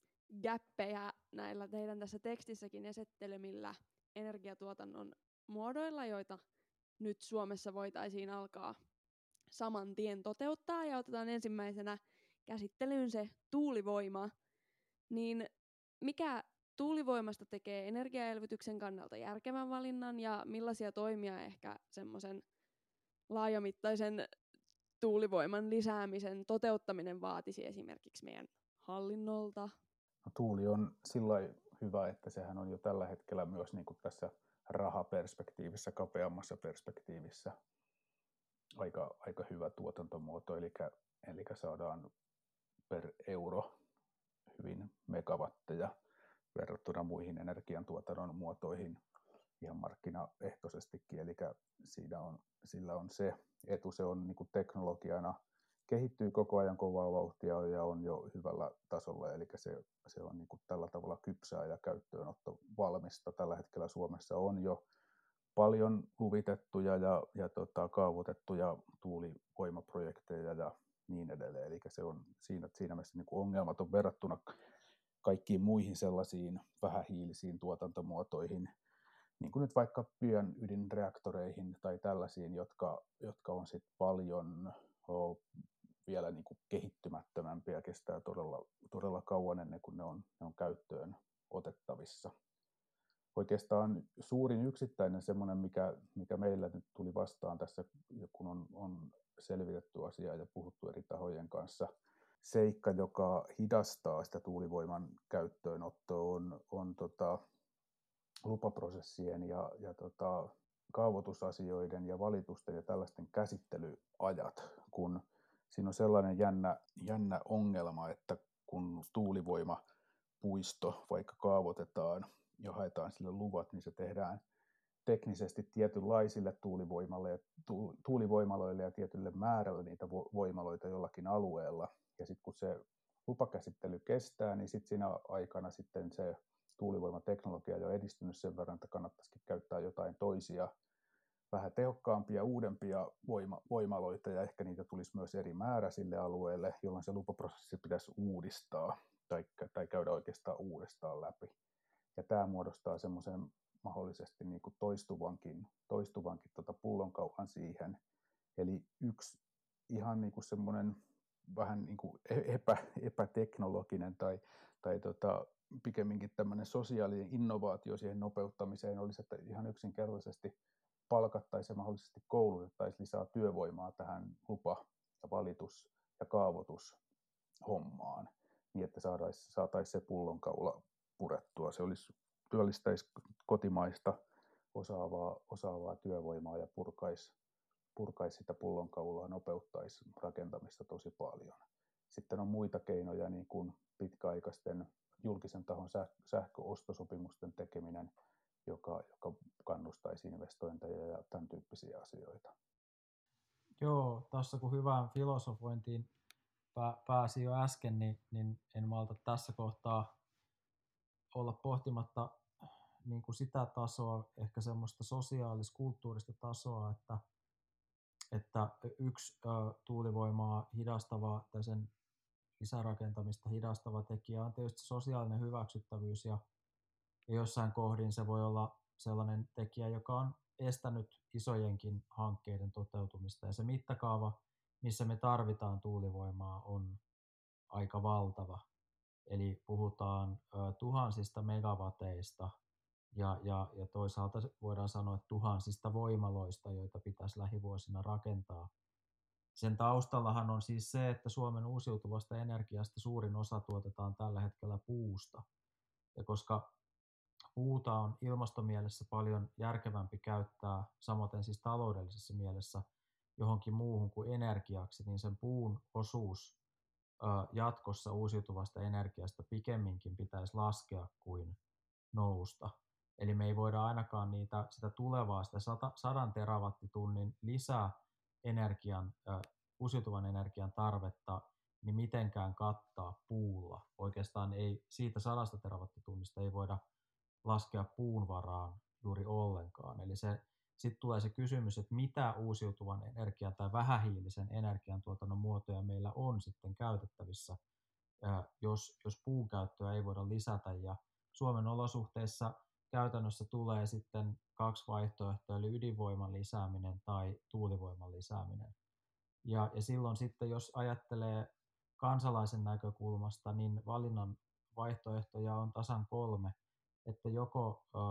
gäppejä näillä teidän tässä tekstissäkin esittelemillä energiatuotannon muodoilla, joita nyt Suomessa voitaisiin alkaa saman tien toteuttaa, ja otetaan ensimmäisenä käsittelyyn se tuulivoima, niin mikä tuulivoimasta tekee energiaelvytyksen kannalta järkevän valinnan, ja millaisia toimia ehkä semmoisen laajamittaisen tuulivoiman lisäämisen toteuttaminen vaatisi esimerkiksi meidän hallinnolta? No, tuuli on sillä hyvä, että sehän on jo tällä hetkellä myös niin kuin tässä rahaperspektiivissä, kapeammassa perspektiivissä aika, aika hyvä tuotantomuoto, eli, eli saadaan per euro hyvin megawatteja verrattuna muihin energiantuotannon muotoihin ihan markkinaehtoisestikin, eli siinä on, sillä on se etu, se on niin kuin teknologiana kehittyy koko ajan kovaa vauhtia ja on jo hyvällä tasolla, eli se, se on niin kuin tällä tavalla kypsää ja käyttöönotto valmista. Tällä hetkellä Suomessa on jo paljon luvitettuja ja, ja tota, kaavoitettuja tuulivoimaprojekteja ja niin edelleen, eli se on siinä, siinä mielessä niin kuin ongelmaton verrattuna kaikkiin muihin sellaisiin vähähiilisiin tuotantomuotoihin, niin kuin nyt vaikka pienydinreaktoreihin tai tällaisiin, jotka, jotka on sit paljon oh, vielä niin kuin kehittymättömämpiä, kestää todella, todella kauan ennen kuin ne on, ne on käyttöön otettavissa. Oikeastaan suurin yksittäinen semmoinen, mikä, mikä meillä nyt tuli vastaan tässä, kun on, on selvitetty asiaa ja puhuttu eri tahojen kanssa, seikka, joka hidastaa sitä tuulivoiman käyttöönottoa, on, on tota, lupaprosessien ja, ja tota, kaavoitusasioiden ja valitusten ja tällaisten käsittelyajat, kun siinä on sellainen jännä, jännä ongelma, että kun tuulivoimapuisto vaikka kaavoitetaan ja haetaan sille luvat, niin se tehdään teknisesti tietynlaisille tuulivoimalle ja tu, tuulivoimaloille ja tietylle määrälle niitä vo, voimaloita jollakin alueella. Ja sitten kun se lupakäsittely kestää, niin sitten siinä aikana sitten se tuulivoimateknologia on jo edistynyt sen verran, että kannattaisikin käyttää jotain toisia vähän tehokkaampia, uudempia voima, voimaloita, ja ehkä niitä tulisi myös eri määrä sille alueelle, jolloin se lupaprosessi pitäisi uudistaa tai, tai käydä oikeastaan uudestaan läpi. Ja tämä muodostaa semmoisen mahdollisesti niin kuin toistuvankin, toistuvankin tota pullonkaulan siihen. Eli yksi ihan niin kuin semmoinen vähän niin kuin epä, epäteknologinen tai, tai tota, pikemminkin tämmöinen sosiaalinen innovaatio siihen nopeuttamiseen olisi, että ihan yksinkertaisesti palkattaisiin ja mahdollisesti koulutettaisiin lisää työvoimaa tähän lupa- ja valitus- ja kaavoitushommaan, niin että saataisiin saatais se pullonkaula purettua. Se olisi, työllistäisi kotimaista osaavaa, osaavaa työvoimaa ja purkaisi, purkaisi sitä pullonkaulaa, nopeuttaisi rakentamista tosi paljon. Sitten on muita keinoja, niin kuin pitkäaikaisten julkisen tahon sähköostosopimusten tekeminen, joka, joka kannustaisi investointeja ja tämän tyyppisiä asioita. Joo, tuossa kun hyvään filosofointiin pääsi jo äsken, niin, niin en malta tässä kohtaa olla pohtimatta niin kuin sitä tasoa, ehkä semmoista sosiaalis-kulttuurista tasoa, että, että yksi ö, tuulivoimaa hidastava tai sen lisärakentamista hidastava tekijä on tietysti sosiaalinen hyväksyttävyys, ja, ja jossain kohdin se voi olla sellainen tekijä, joka on estänyt isojenkin hankkeiden toteutumista, ja se mittakaava, missä me tarvitaan tuulivoimaa, on aika valtava. Eli puhutaan ö, tuhansista megawateista, ja, ja, ja toisaalta voidaan sanoa että tuhansista voimaloista, joita pitäisi lähivuosina rakentaa. Sen taustallahan on siis se, että Suomen uusiutuvasta energiasta suurin osa tuotetaan tällä hetkellä puusta. Ja koska puuta on ilmastomielessä paljon järkevämpi käyttää, samoin siis taloudellisessa mielessä, johonkin muuhun kuin energiaksi, niin sen puun osuus ö, jatkossa uusiutuvasta energiasta pikemminkin pitäisi laskea kuin nousta. Eli me ei voida ainakaan niitä, sitä tulevaa, sitä sadan terawattitunnin lisää energian, ö, uusiutuvan energian tarvetta niin mitenkään kattaa puulla. Oikeastaan ei, siitä sadasta terawattitunnista ei voida laskea puun varaan juuri ollenkaan. Eli se, sitten tulee se kysymys, että mitä uusiutuvan energian tai vähähiilisen energiantuotannon muotoja meillä on sitten käytettävissä, jos, jos puun käyttöä ei voida lisätä. Ja Suomen olosuhteissa käytännössä tulee sitten kaksi vaihtoehtoa, eli ydinvoiman lisääminen tai tuulivoiman lisääminen. Ja, ja silloin sitten, jos ajattelee kansalaisen näkökulmasta, niin valinnan vaihtoehtoja on tasan kolme, että joko ö,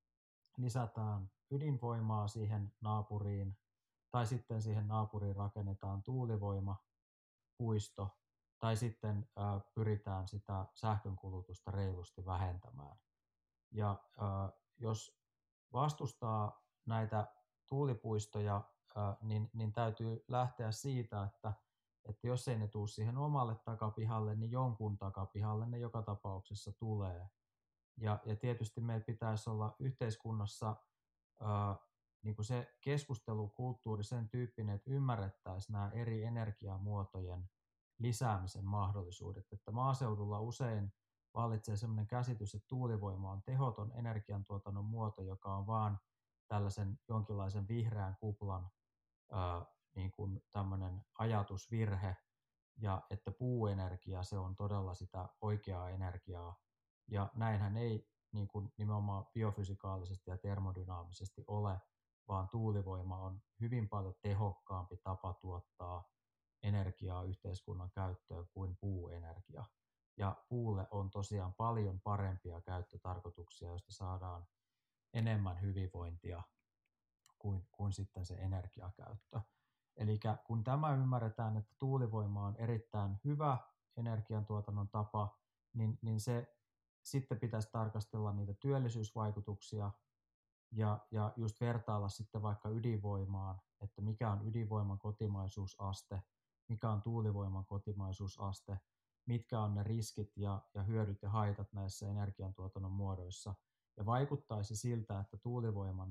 lisätään ydinvoimaa siihen naapuriin, tai sitten siihen naapuriin rakennetaan tuulivoimapuisto, tai sitten ö, pyritään sitä sähkönkulutusta reilusti vähentämään. Ja ö, jos vastustaa näitä tuulipuistoja, Niin, niin täytyy lähteä siitä, että, että jos ei ne tule siihen omalle takapihalle, niin jonkun takapihalle ne joka tapauksessa tulee. Ja, ja tietysti meillä pitäisi olla yhteiskunnassa ää, niin kuin se keskustelukulttuuri sen tyyppinen, että ymmärrettäisiin nämä eri energiamuotojen lisäämisen mahdollisuudet. Että maaseudulla usein vallitsee sellainen käsitys, että tuulivoima on tehoton energiantuotannon muoto, joka on vaan tällaisen jonkinlaisen vihreän kuplan ää, niin kuin tämmöinen ajatusvirhe, ja että puuenergia se on todella sitä oikeaa energiaa. Ja näinhän ei niin kuin nimenomaan biofysikaalisesti ja termodynaamisesti ole, vaan tuulivoima on hyvin paljon tehokkaampi tapa tuottaa energiaa yhteiskunnan käyttöön kuin puuenergia. Ja puulle on tosiaan paljon parempia käyttötarkoituksia, joista saadaan enemmän hyvinvointia kuin, kuin sitten se energiakäyttö. Eli kun tämä ymmärretään, että tuulivoima on erittäin hyvä energiantuotannon tapa, niin, niin se sitten pitäisi tarkastella niitä työllisyysvaikutuksia ja, ja just vertailla sitten vaikka ydinvoimaan, että mikä on ydinvoiman kotimaisuusaste, mikä on tuulivoiman kotimaisuusaste, mitkä on ne riskit ja, ja hyödyt ja haitat näissä energiantuotannon muodoissa. Ja vaikuttaisi siltä, että tuulivoiman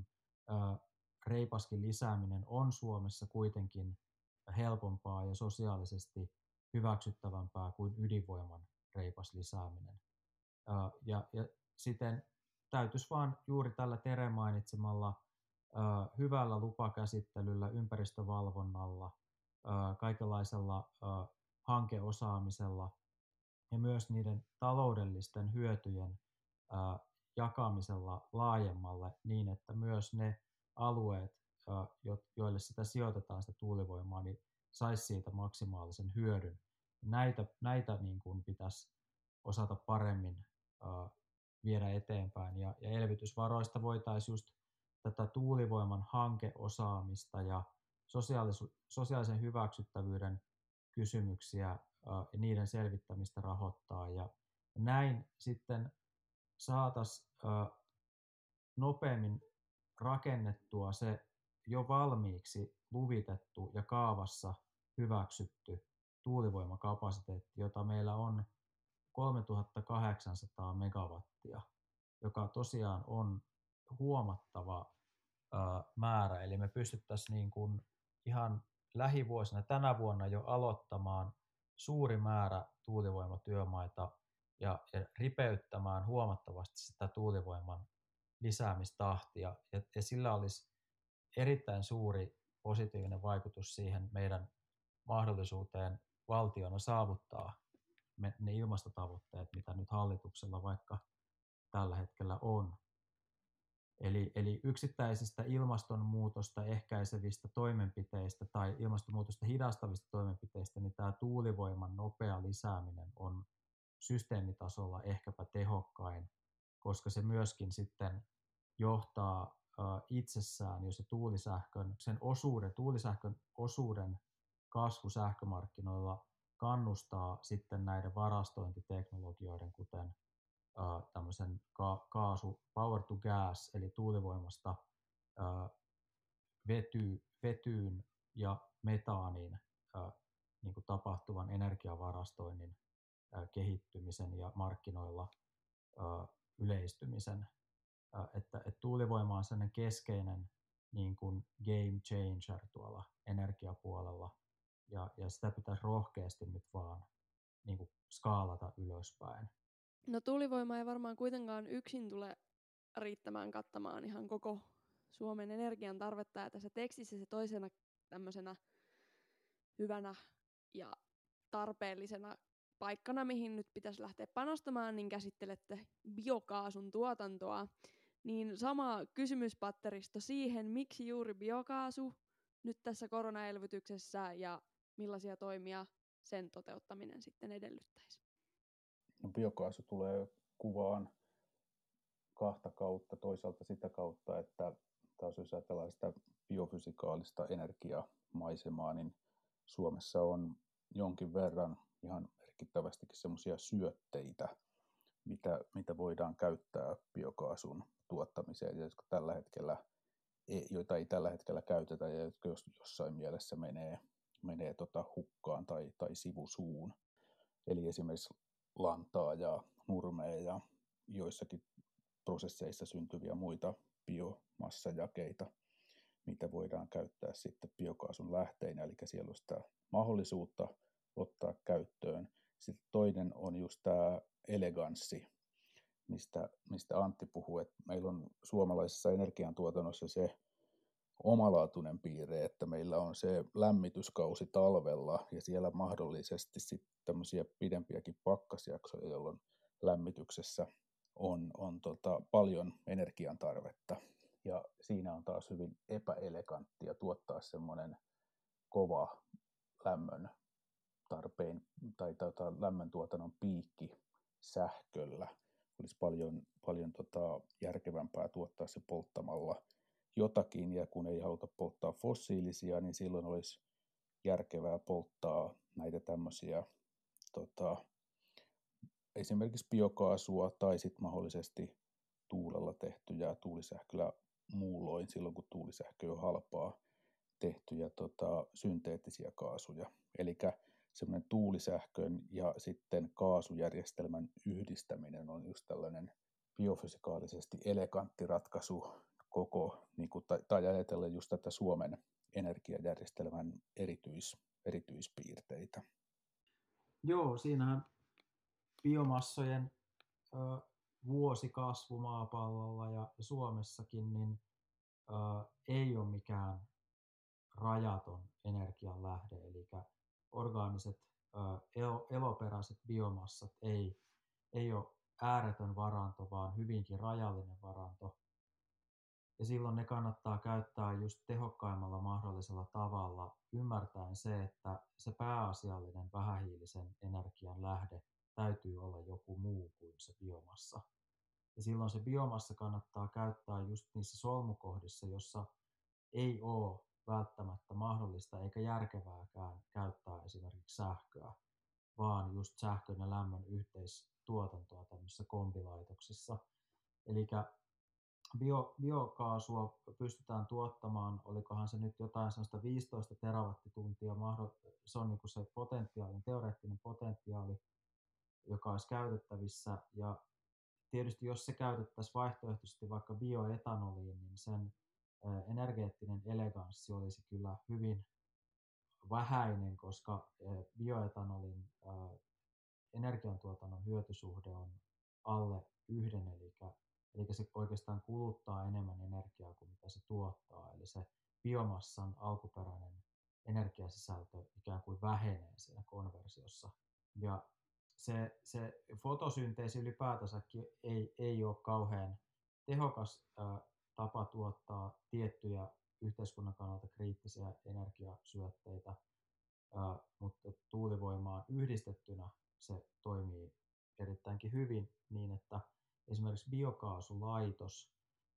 reipaskin lisääminen on Suomessa kuitenkin helpompaa ja sosiaalisesti hyväksyttävämpää kuin ydinvoiman reipas lisääminen. Ja, ja siten täytyisi vaan juuri tällä Tere mainitsemalla hyvällä lupakäsittelyllä, ympäristövalvonnalla, kaikenlaisella hankeosaamisella ja myös niiden taloudellisten hyötyjen jakamisella laajemmalle niin, että myös ne alueet, joille sitä sijoitetaan sitä tuulivoimaa, niin saisi siitä maksimaalisen hyödyn. Näitä, näitä niin kuin pitäisi osata paremmin viedä eteenpäin ja, ja elvytysvaroista voitaisiin just tätä tuulivoiman hankeosaamista ja sosiaalis- sosiaalisen hyväksyttävyyden kysymyksiä ja niiden selvittämistä rahoittaa ja näin sitten saataisiin nopeammin rakennettua se jo valmiiksi luvitettu ja kaavassa hyväksytty tuulivoimakapasiteetti, jota meillä on kolmetuhattakahdeksansataa megawattia, joka tosiaan on huomattava ää, määrä. Eli me pystyttäisiin niin kuin ihan lähivuosina, tänä vuonna jo aloittamaan suuri määrä tuulivoimatyömaita ja, ja ripeyttämään huomattavasti sitä tuulivoiman lisäämistahtia. Ja, ja sillä olisi erittäin suuri positiivinen vaikutus siihen meidän mahdollisuuteen valtiona saavuttaa ne ilmastotavoitteet, mitä nyt hallituksella vaikka tällä hetkellä on. Eli, eli yksittäisistä ilmastonmuutosta ehkäisevistä toimenpiteistä tai ilmastonmuutosta hidastavista toimenpiteistä, niin tämä tuulivoiman nopea lisääminen on systeemitasolla ehkäpä tehokkain, koska se myöskin sitten johtaa äh, itsessään jo se tuulisähkön, sen osuuden, tuulisähkön osuuden kasvu sähkömarkkinoilla kannustaa sitten näiden varastointiteknologioiden, kuten äh, tämmöisen ka- kaasu, power to gas, eli tuulivoimasta äh, vety, vetyyn ja metaaniin äh, niin kuin tapahtuvan energiavarastoinnin äh, kehittymisen ja markkinoilla äh, yleistymisen. Äh, että, että tuulivoima on sellainen keskeinen niin kuin game changer tuolla energiapuolella, ja, ja sitä pitäisi rohkeasti nyt vaan niin kuin skaalata ylöspäin. No tuulivoima ei varmaan kuitenkaan yksin tule riittämään kattamaan ihan koko Suomen energian tarvetta, ja tässä tekstissä se toisena tämmöisenä hyvänä ja tarpeellisena paikkana, mihin nyt pitäisi lähteä panostamaan, niin käsittelette biokaasun tuotantoa. Niin sama kysymyspatteristo siihen, miksi juuri biokaasu nyt tässä koronaelvytyksessä ja millaisia toimia sen toteuttaminen sitten edellyttäisi? No, biokaasu tulee kuvaan kahta kautta. Toisaalta sitä kautta, että taas jos ajatellaan sitä biofysikaalista energiamaisemaa, niin Suomessa on jonkin verran ihan merkittävästikin semmoisia syötteitä, mitä, mitä voidaan käyttää biokaasun tuottamiseen, jotka tällä hetkellä, joita ei tällä hetkellä käytetä ja jotka jossain mielessä menee, menee tota hukkaan tai, tai sivusuun. Eli esimerkiksi lantaa ja nurmea ja joissakin prosesseissa syntyviä muita biomassajakeita, mitä voidaan käyttää sitten biokaasun lähteinä, eli siellä on sitä mahdollisuutta ottaa käyttöön. Sitten toinen on just tämä eleganssi, mistä, mistä Antti puhuu, että meillä on suomalaisessa energiantuotannossa se omalaatuinen piirre, että meillä on se lämmityskausi talvella ja siellä mahdollisesti sitten tämmöisiä pidempiäkin pakkasjaksoja, jolloin lämmityksessä on, on tota paljon energian tarvetta. Ja siinä on taas hyvin epäeleganttia tuottaa semmoinen kova lämmön tarpeen tai tota, lämmöntuotannon piikki sähköllä. Olisi paljon, paljon tota, järkevämpää tuottaa se polttamalla jotakin, ja kun ei haluta polttaa fossiilisia, niin silloin olisi järkevää polttaa näitä tämmöisiä tota, esimerkiksi biokaasua tai sitten mahdollisesti tuulella tehtyjä, tuulisähköllä muulloin silloin, kun tuulisähkö on halpaa, tehtyjä tota, synteettisiä kaasuja. Eli semmoinen tuulisähkön ja sitten kaasujärjestelmän yhdistäminen on just tällainen biofysikaalisesti elegantti ratkaisu koko, niin kuin, tai, tai ajatella just tätä Suomen energiajärjestelmän erityis, erityispiirteitä. Joo, siinähän biomassojen ö, vuosikasvu maapallolla ja Suomessakin niin ö, ei ole mikään rajaton energianlähde, eli orgaaniset ö, eloperäiset biomassat ei, ei ole ääretön varanto, vaan hyvinkin rajallinen varanto. Ja silloin ne kannattaa käyttää just tehokkaimmalla mahdollisella tavalla, ymmärtäen se, että se pääasiallinen vähähiilisen energian lähde täytyy olla joku muu kuin se biomassa. Ja silloin se biomassa kannattaa käyttää just niissä solmukohdissa, jossa ei ole välttämättä mahdollista eikä järkevääkään käyttää esimerkiksi sähköä, vaan just sähkön ja lämmön yhteistuotantoa tämmöisissä kombilaitoksissa. Eli Bio, biokaasua pystytään tuottamaan, olikohan se nyt jotain sellaista viisitoista terawattituntia, se on niin kuin se potentiaali, teoreettinen potentiaali, joka olisi käytettävissä. Ja tietysti jos se käytettäisiin vaihtoehtoisesti vaikka bioetanoliin, niin sen energeettinen eleganssi olisi kyllä hyvin vähäinen, koska bioetanolin energiantuotannon hyötysuhde on alle yhden, eli Eli se oikeastaan kuluttaa enemmän energiaa kuin mitä se tuottaa. Eli se biomassan alkuperäinen energiasisältö ikään kuin vähenee siinä konversiossa. Ja se, se fotosynteesi ylipäätänsäkin ei, ei ole kauhean tehokas ää, tapa tuottaa tiettyjä yhteiskunnan kannalta kriittisiä energiasyötteitä, ää, mutta tuulivoimaan yhdistettynä se toimii erittäinkin hyvin niin, että esimerkiksi biokaasulaitos,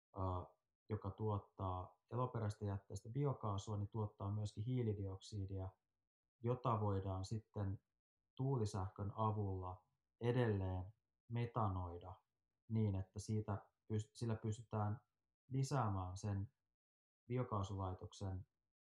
joka tuottaa eloperäistä jätteestä biokaasua, niin tuottaa myöskin hiilidioksidia, jota voidaan sitten tuulisähkön avulla edelleen metanoida niin, että siitä, sillä pystytään lisäämään sen biokaasulaitoksen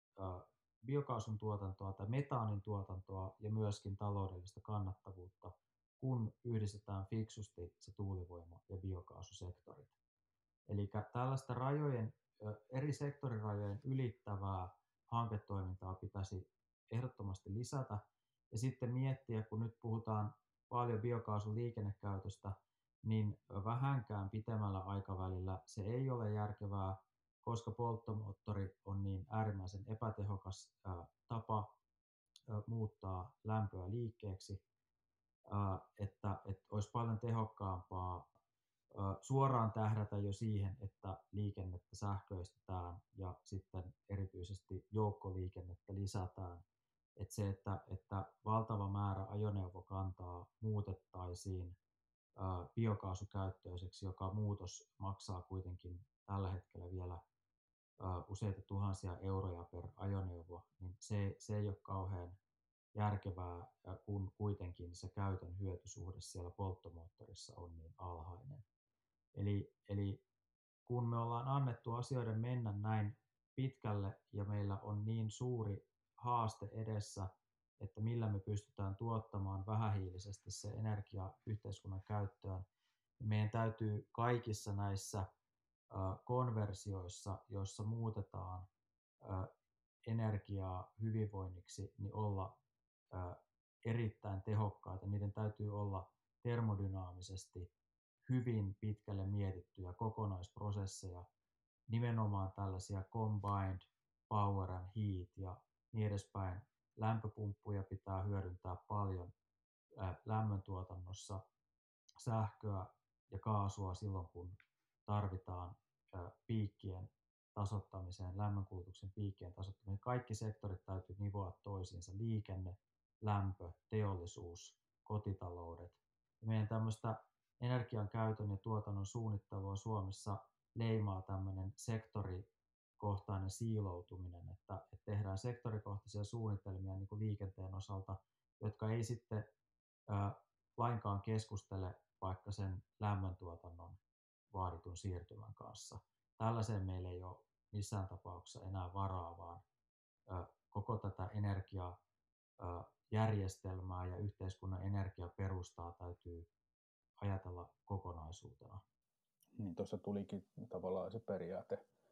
biokaasun tuotantoa tai metaanin tuotantoa ja myöskin taloudellista kannattavuutta, kun yhdistetään fiksusti se tuulivoima- ja biokaasusektorit. Eli tällaista rajojen, eri sektorirajojen ylittävää hanketoimintaa pitäisi ehdottomasti lisätä. Ja sitten miettiä, kun nyt puhutaan paljon biokaasun liikennekäytöstä, niin vähänkään pitemmällä aikavälillä se ei ole järkevää, koska polttomoottori on niin äärimmäisen epätehokas tapa muuttaa lämpöä liikkeeksi, että, että olisi paljon tehokkaampaa suoraan tähdätä jo siihen, että liikennettä sähköistetään ja sitten erityisesti joukkoliikennettä lisätään. Että se, että, että valtava määrä ajoneuvokantaa muutettaisiin biokaasukäyttöiseksi, joka muutos maksaa kuitenkin tällä hetkellä vielä useita tuhansia euroja per ajoneuvo, niin se, se ei ole kauhean järkevää, kun kuitenkin se käytön hyötysuhde siellä polttomoottorissa on niin alhainen. Eli, eli kun me ollaan annettu asioiden mennä näin pitkälle ja meillä on niin suuri haaste edessä, että millä me pystytään tuottamaan vähähiilisesti se energia yhteiskunnan käyttöön, niin meidän täytyy kaikissa näissä konversioissa, joissa muutetaan energiaa hyvinvoinniksi, niin olla erittäin tehokkaita. Niiden täytyy olla termodynaamisesti hyvin pitkälle mietittyjä kokonaisprosesseja, nimenomaan tällaisia combined power and heat ja niin edespäin. Lämpöpumppuja pitää hyödyntää paljon lämmöntuotannossa, sähköä ja kaasua silloin, kun tarvitaan piikkien tasoittamiseen, lämmönkulutuksen piikkien tasoittamiseen. Kaikki sektorit täytyy nivoa toisiinsa, liikenne, lämpö, teollisuus, kotitaloudet. Ja meidän tämmöistä energian käytön ja tuotannon suunnittelua Suomessa leimaa tämmöinen sektorikohtainen siiloutuminen, että, että tehdään sektorikohtaisia suunnitelmia niin kuin liikenteen osalta, jotka ei sitten ää, lainkaan keskustele vaikka sen lämmöntuotannon vaaditun siirtymän kanssa. Tällaiseen meillä ei ole missään tapauksessa enää varaa, vaan ää, koko tätä energiajärjestelmää ja yhteiskunnan energiaperustaa täytyy ajatella kokonaisuutena. Niin tuossa tulikin tavallaan se periaate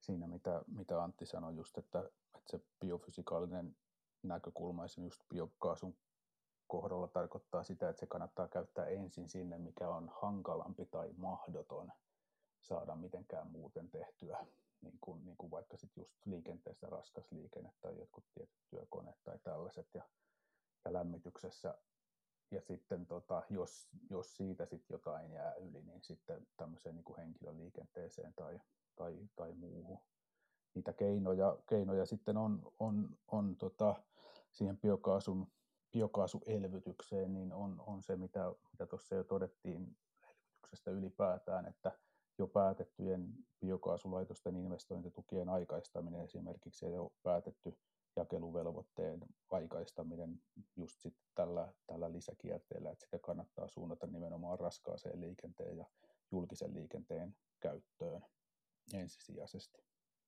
siinä mitä, mitä Antti sanoi just, että, että se biofysikaalinen näkökulma just biokaasun kohdalla tarkoittaa sitä, että se kannattaa käyttää ensin sinne, mikä on hankalampi tai mahdoton saada mitenkään muuten tehtyä, niin kuin, niin kuin vaikka sit just liikenteessä raskas liikenne tai jotkut tietyt työkoneet tai tällaiset ja, ja lämmityksessä. Ja sitten tota, jos, jos siitä sit jotain jää yli, niin sitten tämmöiseen niin kuin henkilöliikenteeseen tai, tai, tai muuhun. Niitä keinoja, keinoja sitten on, on, on tota, siihen biokaasun, biokaasuelvytykseen, niin on, on se, mitä, mitä tuossa jo todettiin elvytyksestä ylipäätään, että jo päätettyjen biokaasulaitosten investointitukien aikaistaminen esimerkiksi ja jo päätetty jakeluvelvoitteen aikaistaminen just sit tällä, tällä lisäkierteellä, että sitä kannattaa suunnata nimenomaan raskaaseen liikenteen ja julkisen liikenteen käyttöön ensisijaisesti.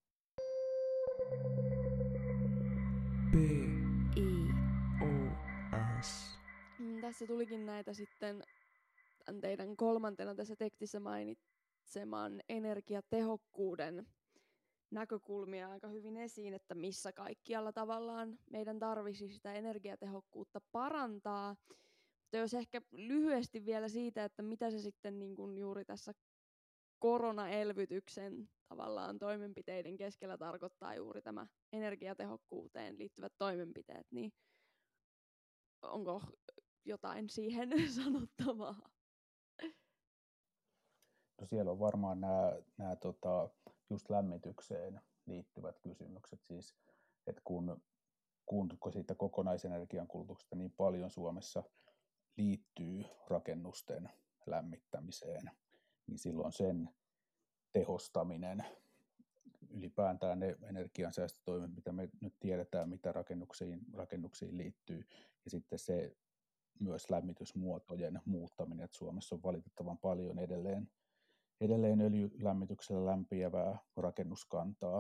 B I. O S. Mm, Tässä tulikin näitä sitten tämän teidän kolmantena tässä tekstissä mainitseman energiatehokkuuden näkökulmia aika hyvin esiin, että missä kaikkialla tavallaan meidän tarvitsisi sitä energiatehokkuutta parantaa. Mutta jos ehkä lyhyesti vielä siitä, että mitä se sitten niin kuin juuri tässä koronaelvytyksen tavallaan toimenpiteiden keskellä tarkoittaa juuri tämä energiatehokkuuteen liittyvät toimenpiteet, niin onko jotain siihen sanottavaa? No siellä on varmaan nämä, nämä tota, just lämmitykseen liittyvät kysymykset, siis että kun, kun siitä kokonaisenergian kulutuksesta niin paljon Suomessa liittyy rakennusten lämmittämiseen, niin silloin sen tehostaminen, ylipäätään ne energiansäästötoimet, mitä me nyt tiedetään, mitä rakennuksiin, rakennuksiin liittyy, ja sitten se myös lämmitysmuotojen muuttaminen, että Suomessa on valitettavan paljon edelleen, edelleen öljylämmityksellä lämpiävää rakennuskantaa.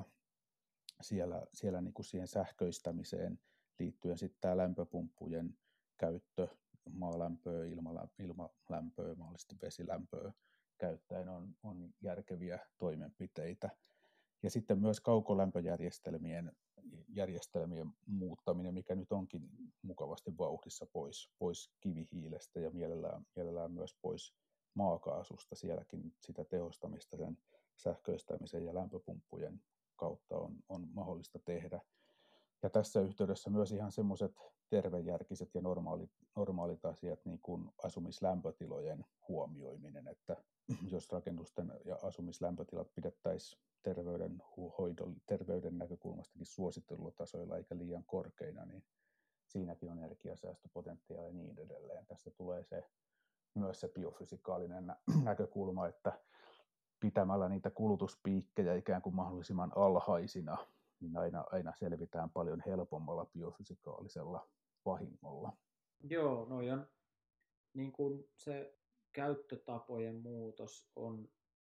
Siellä, siellä niin kuin siihen sähköistämiseen liittyen sitten tämä lämpöpumppujen käyttö, maalämpöä, ilmalämpöä, mahdollisesti vesilämpöä käyttäen on, on järkeviä toimenpiteitä. Ja sitten myös kaukolämpöjärjestelmien järjestelmien muuttaminen, mikä nyt onkin mukavasti vauhdissa pois, pois kivihiilestä ja mielellään, mielellään myös pois maakaasusta. Sielläkin sitä tehostamista sen sähköistämisen ja lämpöpumppujen kautta on, on mahdollista tehdä. Ja tässä yhteydessä myös ihan semmoiset tervejärkiset ja normaalit, normaalit asiat, niin kuin asumislämpötilojen huomioiminen, että jos rakennusten ja asumislämpötilat pidettäisiin terveydenhoidon, terveyden näkökulmastakin suositelluilla tasoilla eikä liian korkeina, niin siinäkin on energiasäästöpotentiaalia ja niin edelleen. Tässä tulee se, myös se biofysikaalinen näkökulma, että pitämällä niitä kulutuspiikkejä ikään kuin mahdollisimman alhaisina, niin aina, aina selvitään paljon helpommalla biofysikaalisella vahingolla. Joo, no ja niin kuin se käyttötapojen muutos on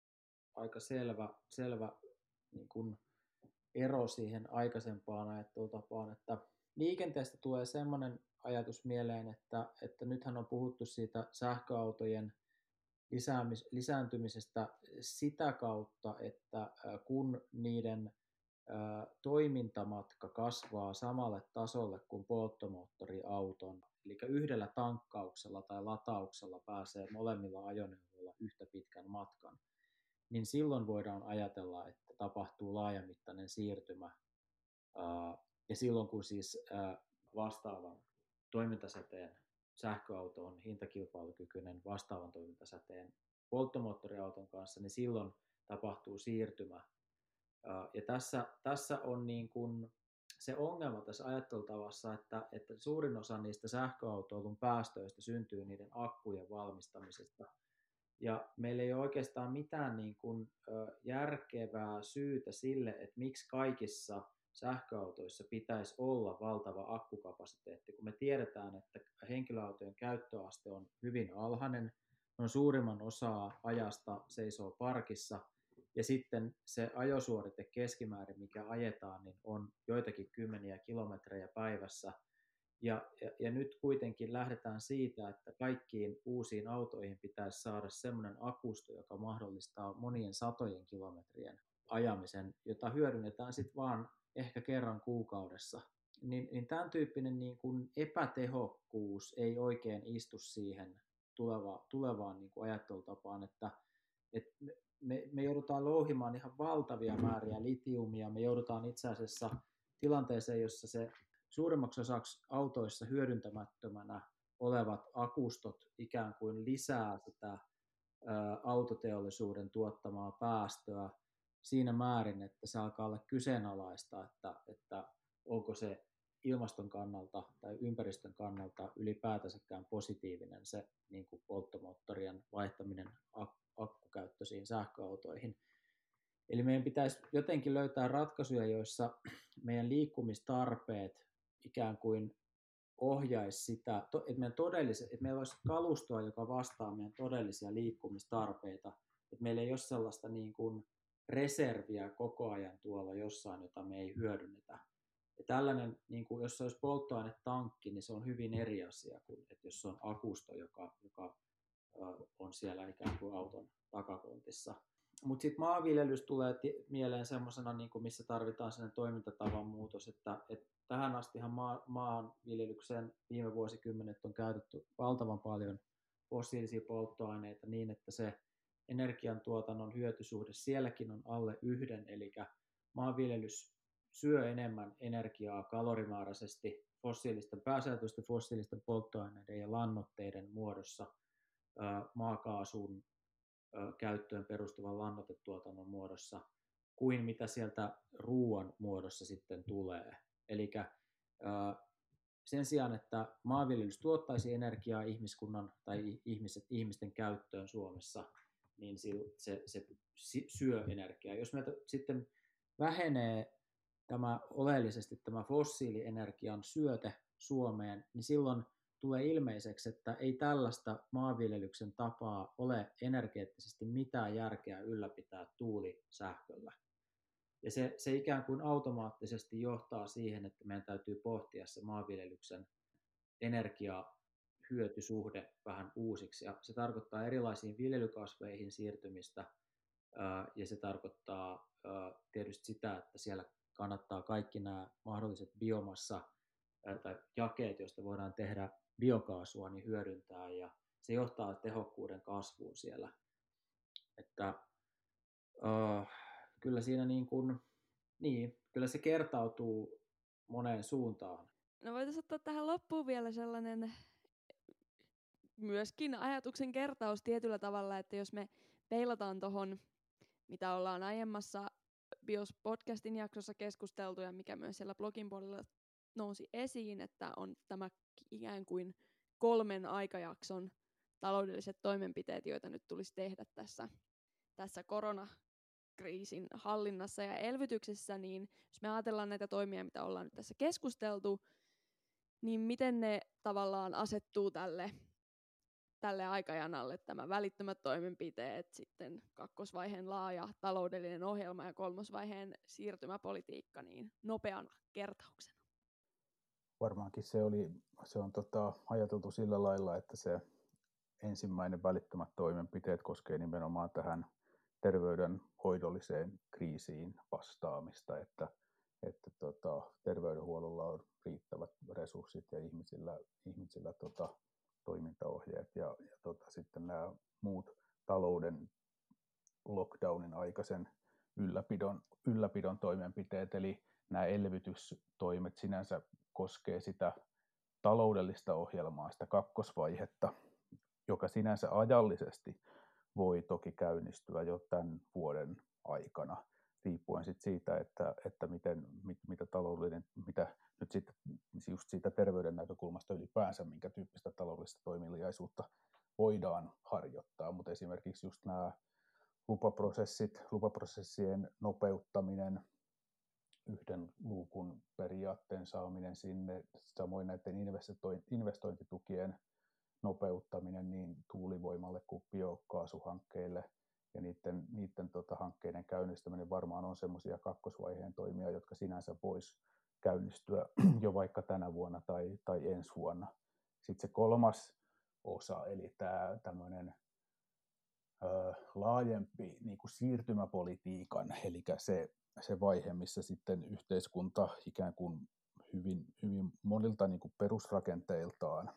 aika selvä, selvä niin kuin ero siihen aikaisempaan ajattelutapaan, että liikenteestä tulee semmoinen ajatus mieleen, että, että nythän on puhuttu siitä sähköautojen lisäämis, lisääntymisestä sitä kautta, että kun niiden ä, toimintamatka kasvaa samalle tasolle kuin polttomoottoriauton, eli yhdellä tankkauksella tai latauksella pääsee molemmilla ajoneuvoilla yhtä pitkän matkan, niin silloin voidaan ajatella, että tapahtuu laajamittainen siirtymä. Ää, ja silloin kun siis ää, vastaavan toimintasäteen sähköauto on hintakilpailukykyinen vastaavan toimintasäteen polttomoottoriauton kanssa, niin silloin tapahtuu siirtymä. Ää, ja tässä, tässä on niin kuin se ongelma tässä ajattelutavassa, että, että suurin osa niistä sähköautoilun päästöistä syntyy niiden akkujen valmistamisesta. Ja meillä ei ole oikeastaan mitään niin kuin, ö, järkevää syytä sille, että miksi kaikissa sähköautoissa pitäisi olla valtava akkukapasiteetti, kun me tiedetään, että henkilöautojen käyttöaste on hyvin alhainen, on suurimman osaa ajasta seisoo parkissa, ja sitten se ajosuorite keskimäärin, mikä ajetaan, niin on joitakin kymmeniä kilometrejä päivässä. Ja, ja, ja nyt kuitenkin lähdetään siitä, että kaikkiin uusiin autoihin pitäisi saada semmoinen akusto, joka mahdollistaa monien satojen kilometrien ajamisen, jota hyödynnetään sitten vaan ehkä kerran kuukaudessa. Niin, niin tämän tyyppinen niin kuin epätehokkuus ei oikein istu siihen tuleva, tulevaan niin kuin ajattelutapaan, että, että me, me, me joudutaan louhimaan ihan valtavia määriä litiumia, me joudutaan itse asiassa tilanteeseen, jossa se suurimmaksi osaksi autoissa hyödyntämättömänä olevat akustot ikään kuin lisää sitä ä, autoteollisuuden tuottamaa päästöä siinä määrin, että se alkaa olla kyseenalaista, että, että onko se ilmaston kannalta tai ympäristön kannalta ylipäätänsäkään positiivinen se niin kuin polttomoottorien vaihtaminen ak- akkukäyttöisiin sähköautoihin. Eli meidän pitäisi jotenkin löytää ratkaisuja, joissa meidän liikkumistarpeet ikään kuin ohjaisi sitä, että, meidän todellis- että meillä olisi kalustoa, joka vastaa meidän todellisia liikkumistarpeita, että meillä ei ole sellaista niin kuin reserviä koko ajan tuolla jossain, jota me ei hyödynnetä. Ja tällainen, niin kuin jos se olisi polttoainetankki, niin se on hyvin eri asia kuin että jos se on akusto, joka, joka on siellä ikään kuin auton takakontissa. Mutta sitten maanviljelys tulee t- mieleen semmoisena, niin missä tarvitaan sellainen toimintatavan muutos, että et tähän astihan maa, maanviljelykseen viime vuosikymmenet on käytetty valtavan paljon fossiilisia polttoaineita niin, että se energiantuotannon hyötysuhde sielläkin on alle yhden, eli maanviljelys syö enemmän energiaa kalorimääräisesti fossiilisten, pääsääntöisesti fossiilisten polttoaineiden ja lannoitteiden muodossa, maakaasun käyttöön perustuvan lannoitetuotannon muodossa, kuin mitä sieltä ruoan muodossa sitten tulee. Eli sen sijaan, että maanviljelys tuottaisi energiaa ihmiskunnan tai ihmiset, ihmisten käyttöön Suomessa, niin se, se syö energiaa. Jos meiltä sitten vähenee tämä oleellisesti tämä fossiilienergian syöte Suomeen, niin silloin tulee ilmeiseksi, että ei tällaista maanviljelyksen tapaa ole energeettisesti mitään järkeä ylläpitää tuulisähköllä. Ja se, se ikään kuin automaattisesti johtaa siihen, että meidän täytyy pohtia se maanviljelyksen energiahyötysuhde vähän uusiksi. Ja se tarkoittaa erilaisiin viljelykasveihin siirtymistä, ja se tarkoittaa tietysti sitä, että siellä kannattaa kaikki nämä mahdolliset biomassa- tai jakeet, joista voidaan tehdä biokaasua, niin hyödyntää, ja se johtaa tehokkuuden kasvuun siellä. Että uh, kyllä siinä niin kuin, niin, kyllä se kertautuu moneen suuntaan. No voitaisiin ottaa tähän loppuun vielä sellainen myöskin ajatuksen kertaus tietyllä tavalla, että jos me peilataan tuohon, mitä ollaan aiemmassa BIOS-podcastin jaksossa keskusteltu ja mikä myös siellä blogin puolella nousi esiin, että on tämä ikään kuin kolmen aikajakson taloudelliset toimenpiteet, joita nyt tulisi tehdä tässä, tässä koronakriisin hallinnassa ja elvytyksessä, niin jos me ajatellaan näitä toimia, mitä ollaan nyt tässä keskusteltu, niin miten ne tavallaan asettuu tälle, tälle aikajanalle, tämä välittömät toimenpiteet, sitten kakkosvaiheen laaja taloudellinen ohjelma ja kolmosvaiheen siirtymäpolitiikka, niin nopeana kertauksena. Varmaankin se, oli, se on tota, ajateltu sillä lailla, että se ensimmäinen välittömät toimenpiteet koskee nimenomaan tähän terveydenhoidolliseen kriisiin vastaamista, että, että tota, terveydenhuollolla on riittävät resurssit ja ihmisillä, ihmisillä tota, toimintaohjeet ja, ja tota, sitten nämä muut talouden lockdownin aikaisen ylläpidon, ylläpidon toimenpiteet, eli nämä elvytystoimet sinänsä koskee sitä taloudellista ohjelmaa, sitä kakkosvaihetta, joka sinänsä ajallisesti voi toki käynnistyä jo tämän vuoden aikana, riippuen sit siitä, että, että miten, mit, mitä taloudellinen, mitä nyt sitten just siitä terveyden näkökulmasta ylipäänsä, minkä tyyppistä taloudellista toimeliaisuutta voidaan harjoittaa, mutta esimerkiksi just nämä lupaprosessit, lupaprosessien nopeuttaminen, yhden luukun periaatteen saaminen sinne, samoin näiden investointitukien nopeuttaminen niin tuulivoimalle kuin biokaasuhankkeille ja niiden, niiden tota, hankkeiden käynnistäminen varmaan on semmoisia kakkosvaiheen toimia, jotka sinänsä voisi käynnistyä jo vaikka tänä vuonna tai, tai ensi vuonna. Sitten se kolmas osa, eli tämä tämmöinen ö, laajempi niin kuin siirtymäpolitiikan, eli se, se vaihe, missä sitten yhteiskunta ikään kuin hyvin, hyvin monilta niin kuin perusrakenteiltaan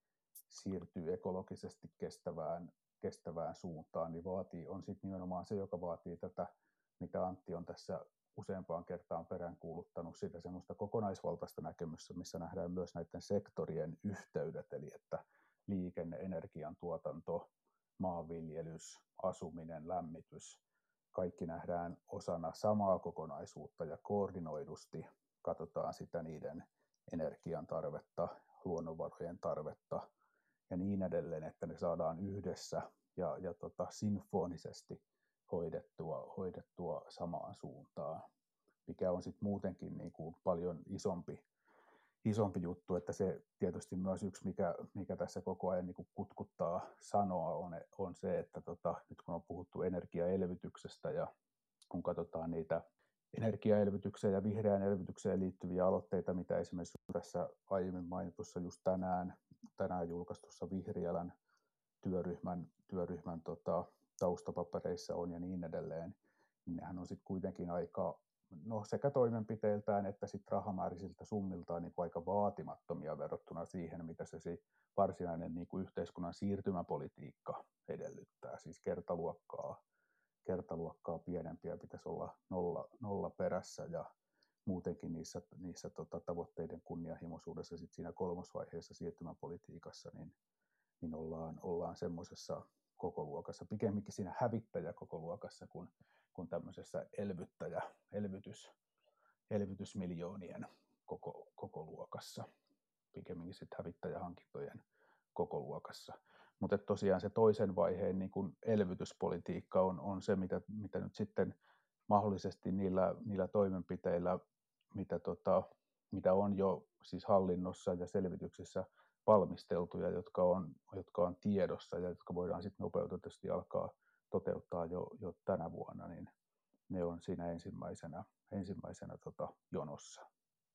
siirtyy ekologisesti kestävään, kestävään suuntaan, niin vaatii, on sitten nimenomaan se, joka vaatii tätä, mitä Antti on tässä useampaan kertaan peräänkuuluttanut, sitä semmoista kokonaisvaltaista näkemystä, missä nähdään myös näiden sektorien yhteydet, eli että liikenne, energiantuotanto, maanviljelys, asuminen, lämmitys, kaikki nähdään osana samaa kokonaisuutta ja koordinoidusti katsotaan sitä niiden energian tarvetta, luonnonvarojen tarvetta ja niin edelleen, että ne saadaan yhdessä ja, ja tota, sinfonisesti hoidettua, hoidettua samaan suuntaan, mikä on sitten muutenkin niin kuin paljon isompi, isompi juttu, että se tietysti myös yksi, mikä, mikä tässä koko ajan niin kuin kutkuttaa sanoa, on, on se, että tota, nyt kun on puhuttu energiaelvytyksestä ja kun katsotaan niitä energiaelvytykseen ja vihreään elvytykseen liittyviä aloitteita, mitä esimerkiksi tässä aiemmin mainitussa just tänään, tänään julkaistussa Vihriälän työryhmän, työryhmän tota, taustapapereissa on ja niin edelleen, niin nehän on sitten kuitenkin aika, no sekä toimenpiteiltään että sitten rahamäärisiltä summiltaan niin kuin aika vaatimattomia verrattuna siihen, mitä se, se varsinainen niin kuin yhteiskunnan siirtymäpolitiikka edellyttää, siis kertaluokkaa, kertaluokkaa pienempiä pitäisi olla nolla, nolla perässä ja muutenkin niissä, niissä tota, tavoitteiden kunnianhimoisuudessa sit siinä kolmosvaiheessa siirtymäpolitiikassa, niin niin ollaan, ollaan semmoisessa kokoluokassa, pikemminkin siinä hävittäjäkokoluokassa kuin, kuin tämmöisessä elvyttäjä, elvytys, elvytysmiljoonien koko, kokoluokassa, pikemminkin sitten hävittäjähankintojen kokoluokassa. Mutta tosiaan se toisen vaiheen niin kun elvytyspolitiikka on, on se, mitä, mitä nyt sitten mahdollisesti niillä, niillä toimenpiteillä, mitä, tota, mitä on jo siis hallinnossa ja selvityksissä valmisteltuja, jotka on, jotka on tiedossa ja jotka voidaan sitten nopeutetusti alkaa toteuttaa jo, jo tänä vuonna, niin ne on siinä ensimmäisenä, ensimmäisenä tota, jonossa.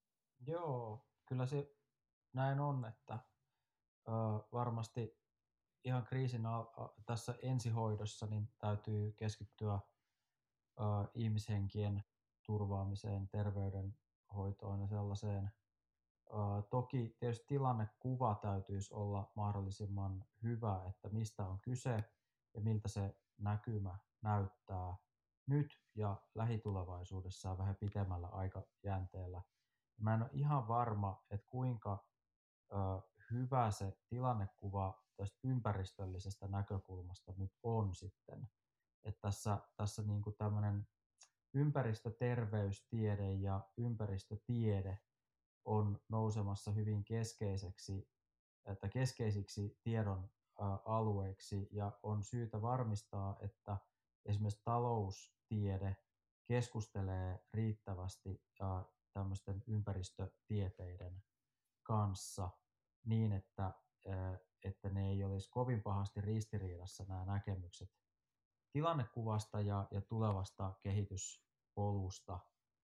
Joo, kyllä se näin on, että ö, varmasti ihan kriisin al- tässä ensihoidossa niin täytyy keskittyä ö, ihmishenkien turvaamiseen, terveydenhoitoon ja sellaiseen. Ö, toki tietysti tilannekuva täytyisi olla mahdollisimman hyvä, että mistä on kyse ja miltä se näkymä näyttää nyt ja lähitulevaisuudessa ja vähän pitemmällä aikajänteellä. Mä en ole ihan varma, että kuinka ö, hyvä se tilannekuva tästä ympäristöllisestä näkökulmasta nyt on sitten. Että tässä, tässä niin kuin tämmöinen ympäristöterveystiede ja ympäristötiede on nousemassa hyvin keskeiseksi, että keskeisiksi tiedon alueiksi ja on syytä varmistaa, että esimerkiksi taloustiede keskustelee riittävästi tämmöisten ympäristötieteiden kanssa niin, että, että ne ei olisi kovin pahasti ristiriidassa nämä näkemykset tilannekuvasta ja, ja tulevasta kehityspolusta.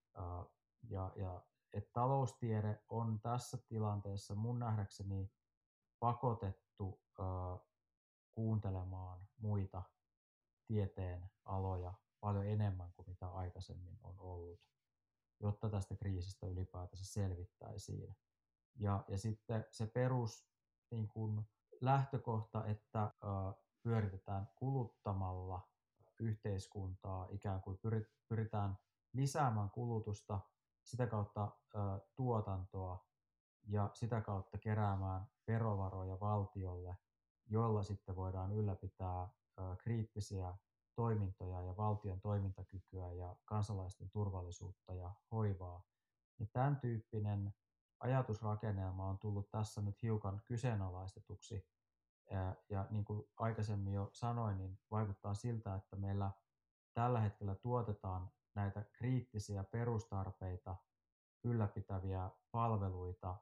Ja, ja että taloustiede on tässä tilanteessa mun nähdäkseni pakotettu äh, kuuntelemaan muita tieteen aloja paljon enemmän kuin mitä aikaisemmin on ollut, jotta tästä kriisistä ylipäätänsä selvittäisiin. Ja, ja sitten se perus niin kun lähtökohta, että äh, pyöritetään kuluttamalla yhteiskuntaa, ikään kuin pyritään lisäämään kulutusta, sitä kautta ö, tuotantoa ja sitä kautta keräämään verovaroja valtiolle, joilla sitten voidaan ylläpitää ö, kriittisiä toimintoja ja valtion toimintakykyä ja kansalaisten turvallisuutta ja hoivaa. Niin tämän tyyppinen ajatusrakennelma on tullut tässä nyt hiukan kyseenalaistetuksi. Ja niin kuin aikaisemmin jo sanoin, niin vaikuttaa siltä, että meillä tällä hetkellä tuotetaan näitä kriittisiä perustarpeita ylläpitäviä palveluita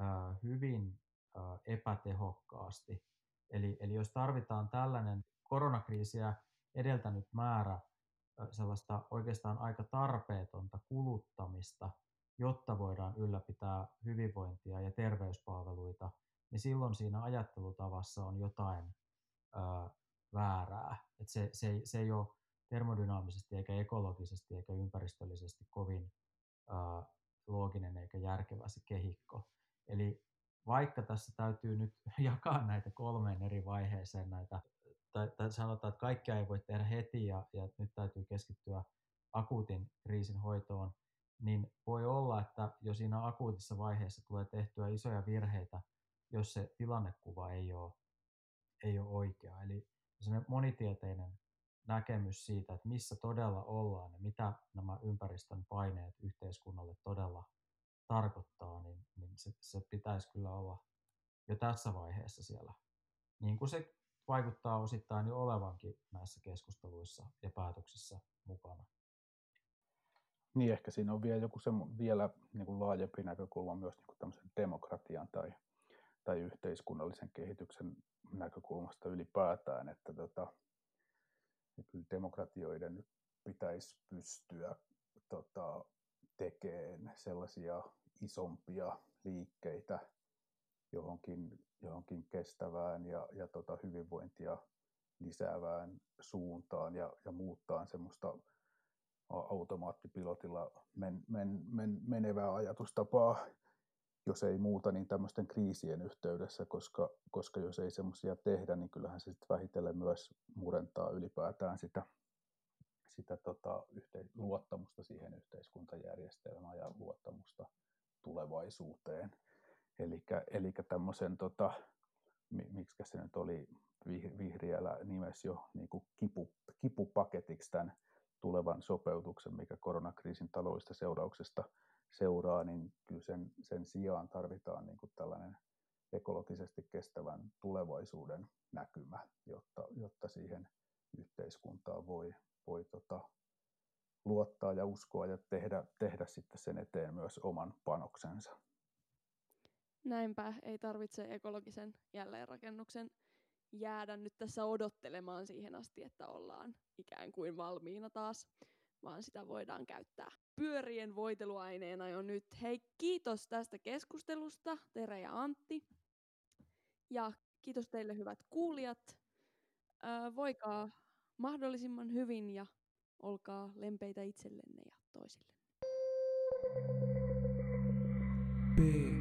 hyvin epätehokkaasti. Eli, eli jos tarvitaan tällainen koronakriisiä edeltänyt määrä sellaista oikeastaan aika tarpeetonta kuluttamista, jotta voidaan ylläpitää hyvinvointia ja terveyspalveluita, niin silloin siinä ajattelutavassa on jotain väärää. Et se, se, ei, se ei ole termodynaamisesti eikä ekologisesti eikä ympäristöllisesti kovin ää, looginen eikä järkevä se kehikko. Eli vaikka tässä täytyy nyt jakaa näitä kolmeen eri vaiheeseen näitä, tai, tai sanotaan, että kaikkea ei voi tehdä heti ja, ja nyt täytyy keskittyä akuutin kriisin hoitoon, niin voi olla, että jo siinä akuutissa vaiheessa tulee tehtyä isoja virheitä, jos se tilannekuva ei ole, ei ole oikea. Eli sellainen monitieteinen näkemys siitä, että missä todella ollaan ja mitä nämä ympäristön paineet yhteiskunnalle todella tarkoittaa, niin, niin se, se pitäisi kyllä olla jo tässä vaiheessa siellä. Niin kuin se vaikuttaa osittain jo olevankin näissä keskusteluissa ja päätöksissä mukana. Niin ehkä siinä on vielä joku semmo, vielä niin kuin laajempi näkökulma myös niin kuin tämmöisen demokratian tai, tai yhteiskunnallisen kehityksen näkökulmasta ylipäätään, että tota, kyllä demokratioiden nyt pitäisi pystyä tota, tekemään sellaisia isompia liikkeitä johonkin, johonkin kestävään ja, ja tota, hyvinvointia lisäävään suuntaan ja, ja muuttaa semmoista automaattipilotilla men, men, men, menevää ajatustapaa, jos ei muuta, niin tämmöisten kriisien yhteydessä, koska, koska jos ei semmoisia tehdä, niin kyllähän se sitten vähitellen myös murentaa ylipäätään sitä, sitä tota, yhteis- luottamusta siihen yhteiskuntajärjestelmään ja luottamusta tulevaisuuteen. Eli tämmöisen, tota, miksi se nyt oli vihriällä nimessä jo niin kuin kipu, kipupaketiksi tämän tulevan sopeutuksen, mikä koronakriisin taloudellisesta seurauksesta seuraa, niin kyllä sen, sen sijaan tarvitaan niin kuin tällainen ekologisesti kestävän tulevaisuuden näkymä, jotta, jotta siihen yhteiskuntaan voi, voi tota, luottaa ja uskoa ja tehdä, tehdä sitten sen eteen myös oman panoksensa. Näinpä, ei tarvitse ekologisen jälleenrakennuksen jäädä nyt tässä odottelemaan siihen asti, että ollaan ikään kuin valmiina taas, vaan sitä voidaan käyttää pyörien voiteluaineena jo nyt. Hei, kiitos tästä keskustelusta, Tere ja Antti. Ja kiitos teille hyvät kuulijat. Öö, voikaa mahdollisimman hyvin ja olkaa lempeitä itsellenne ja toisille. Big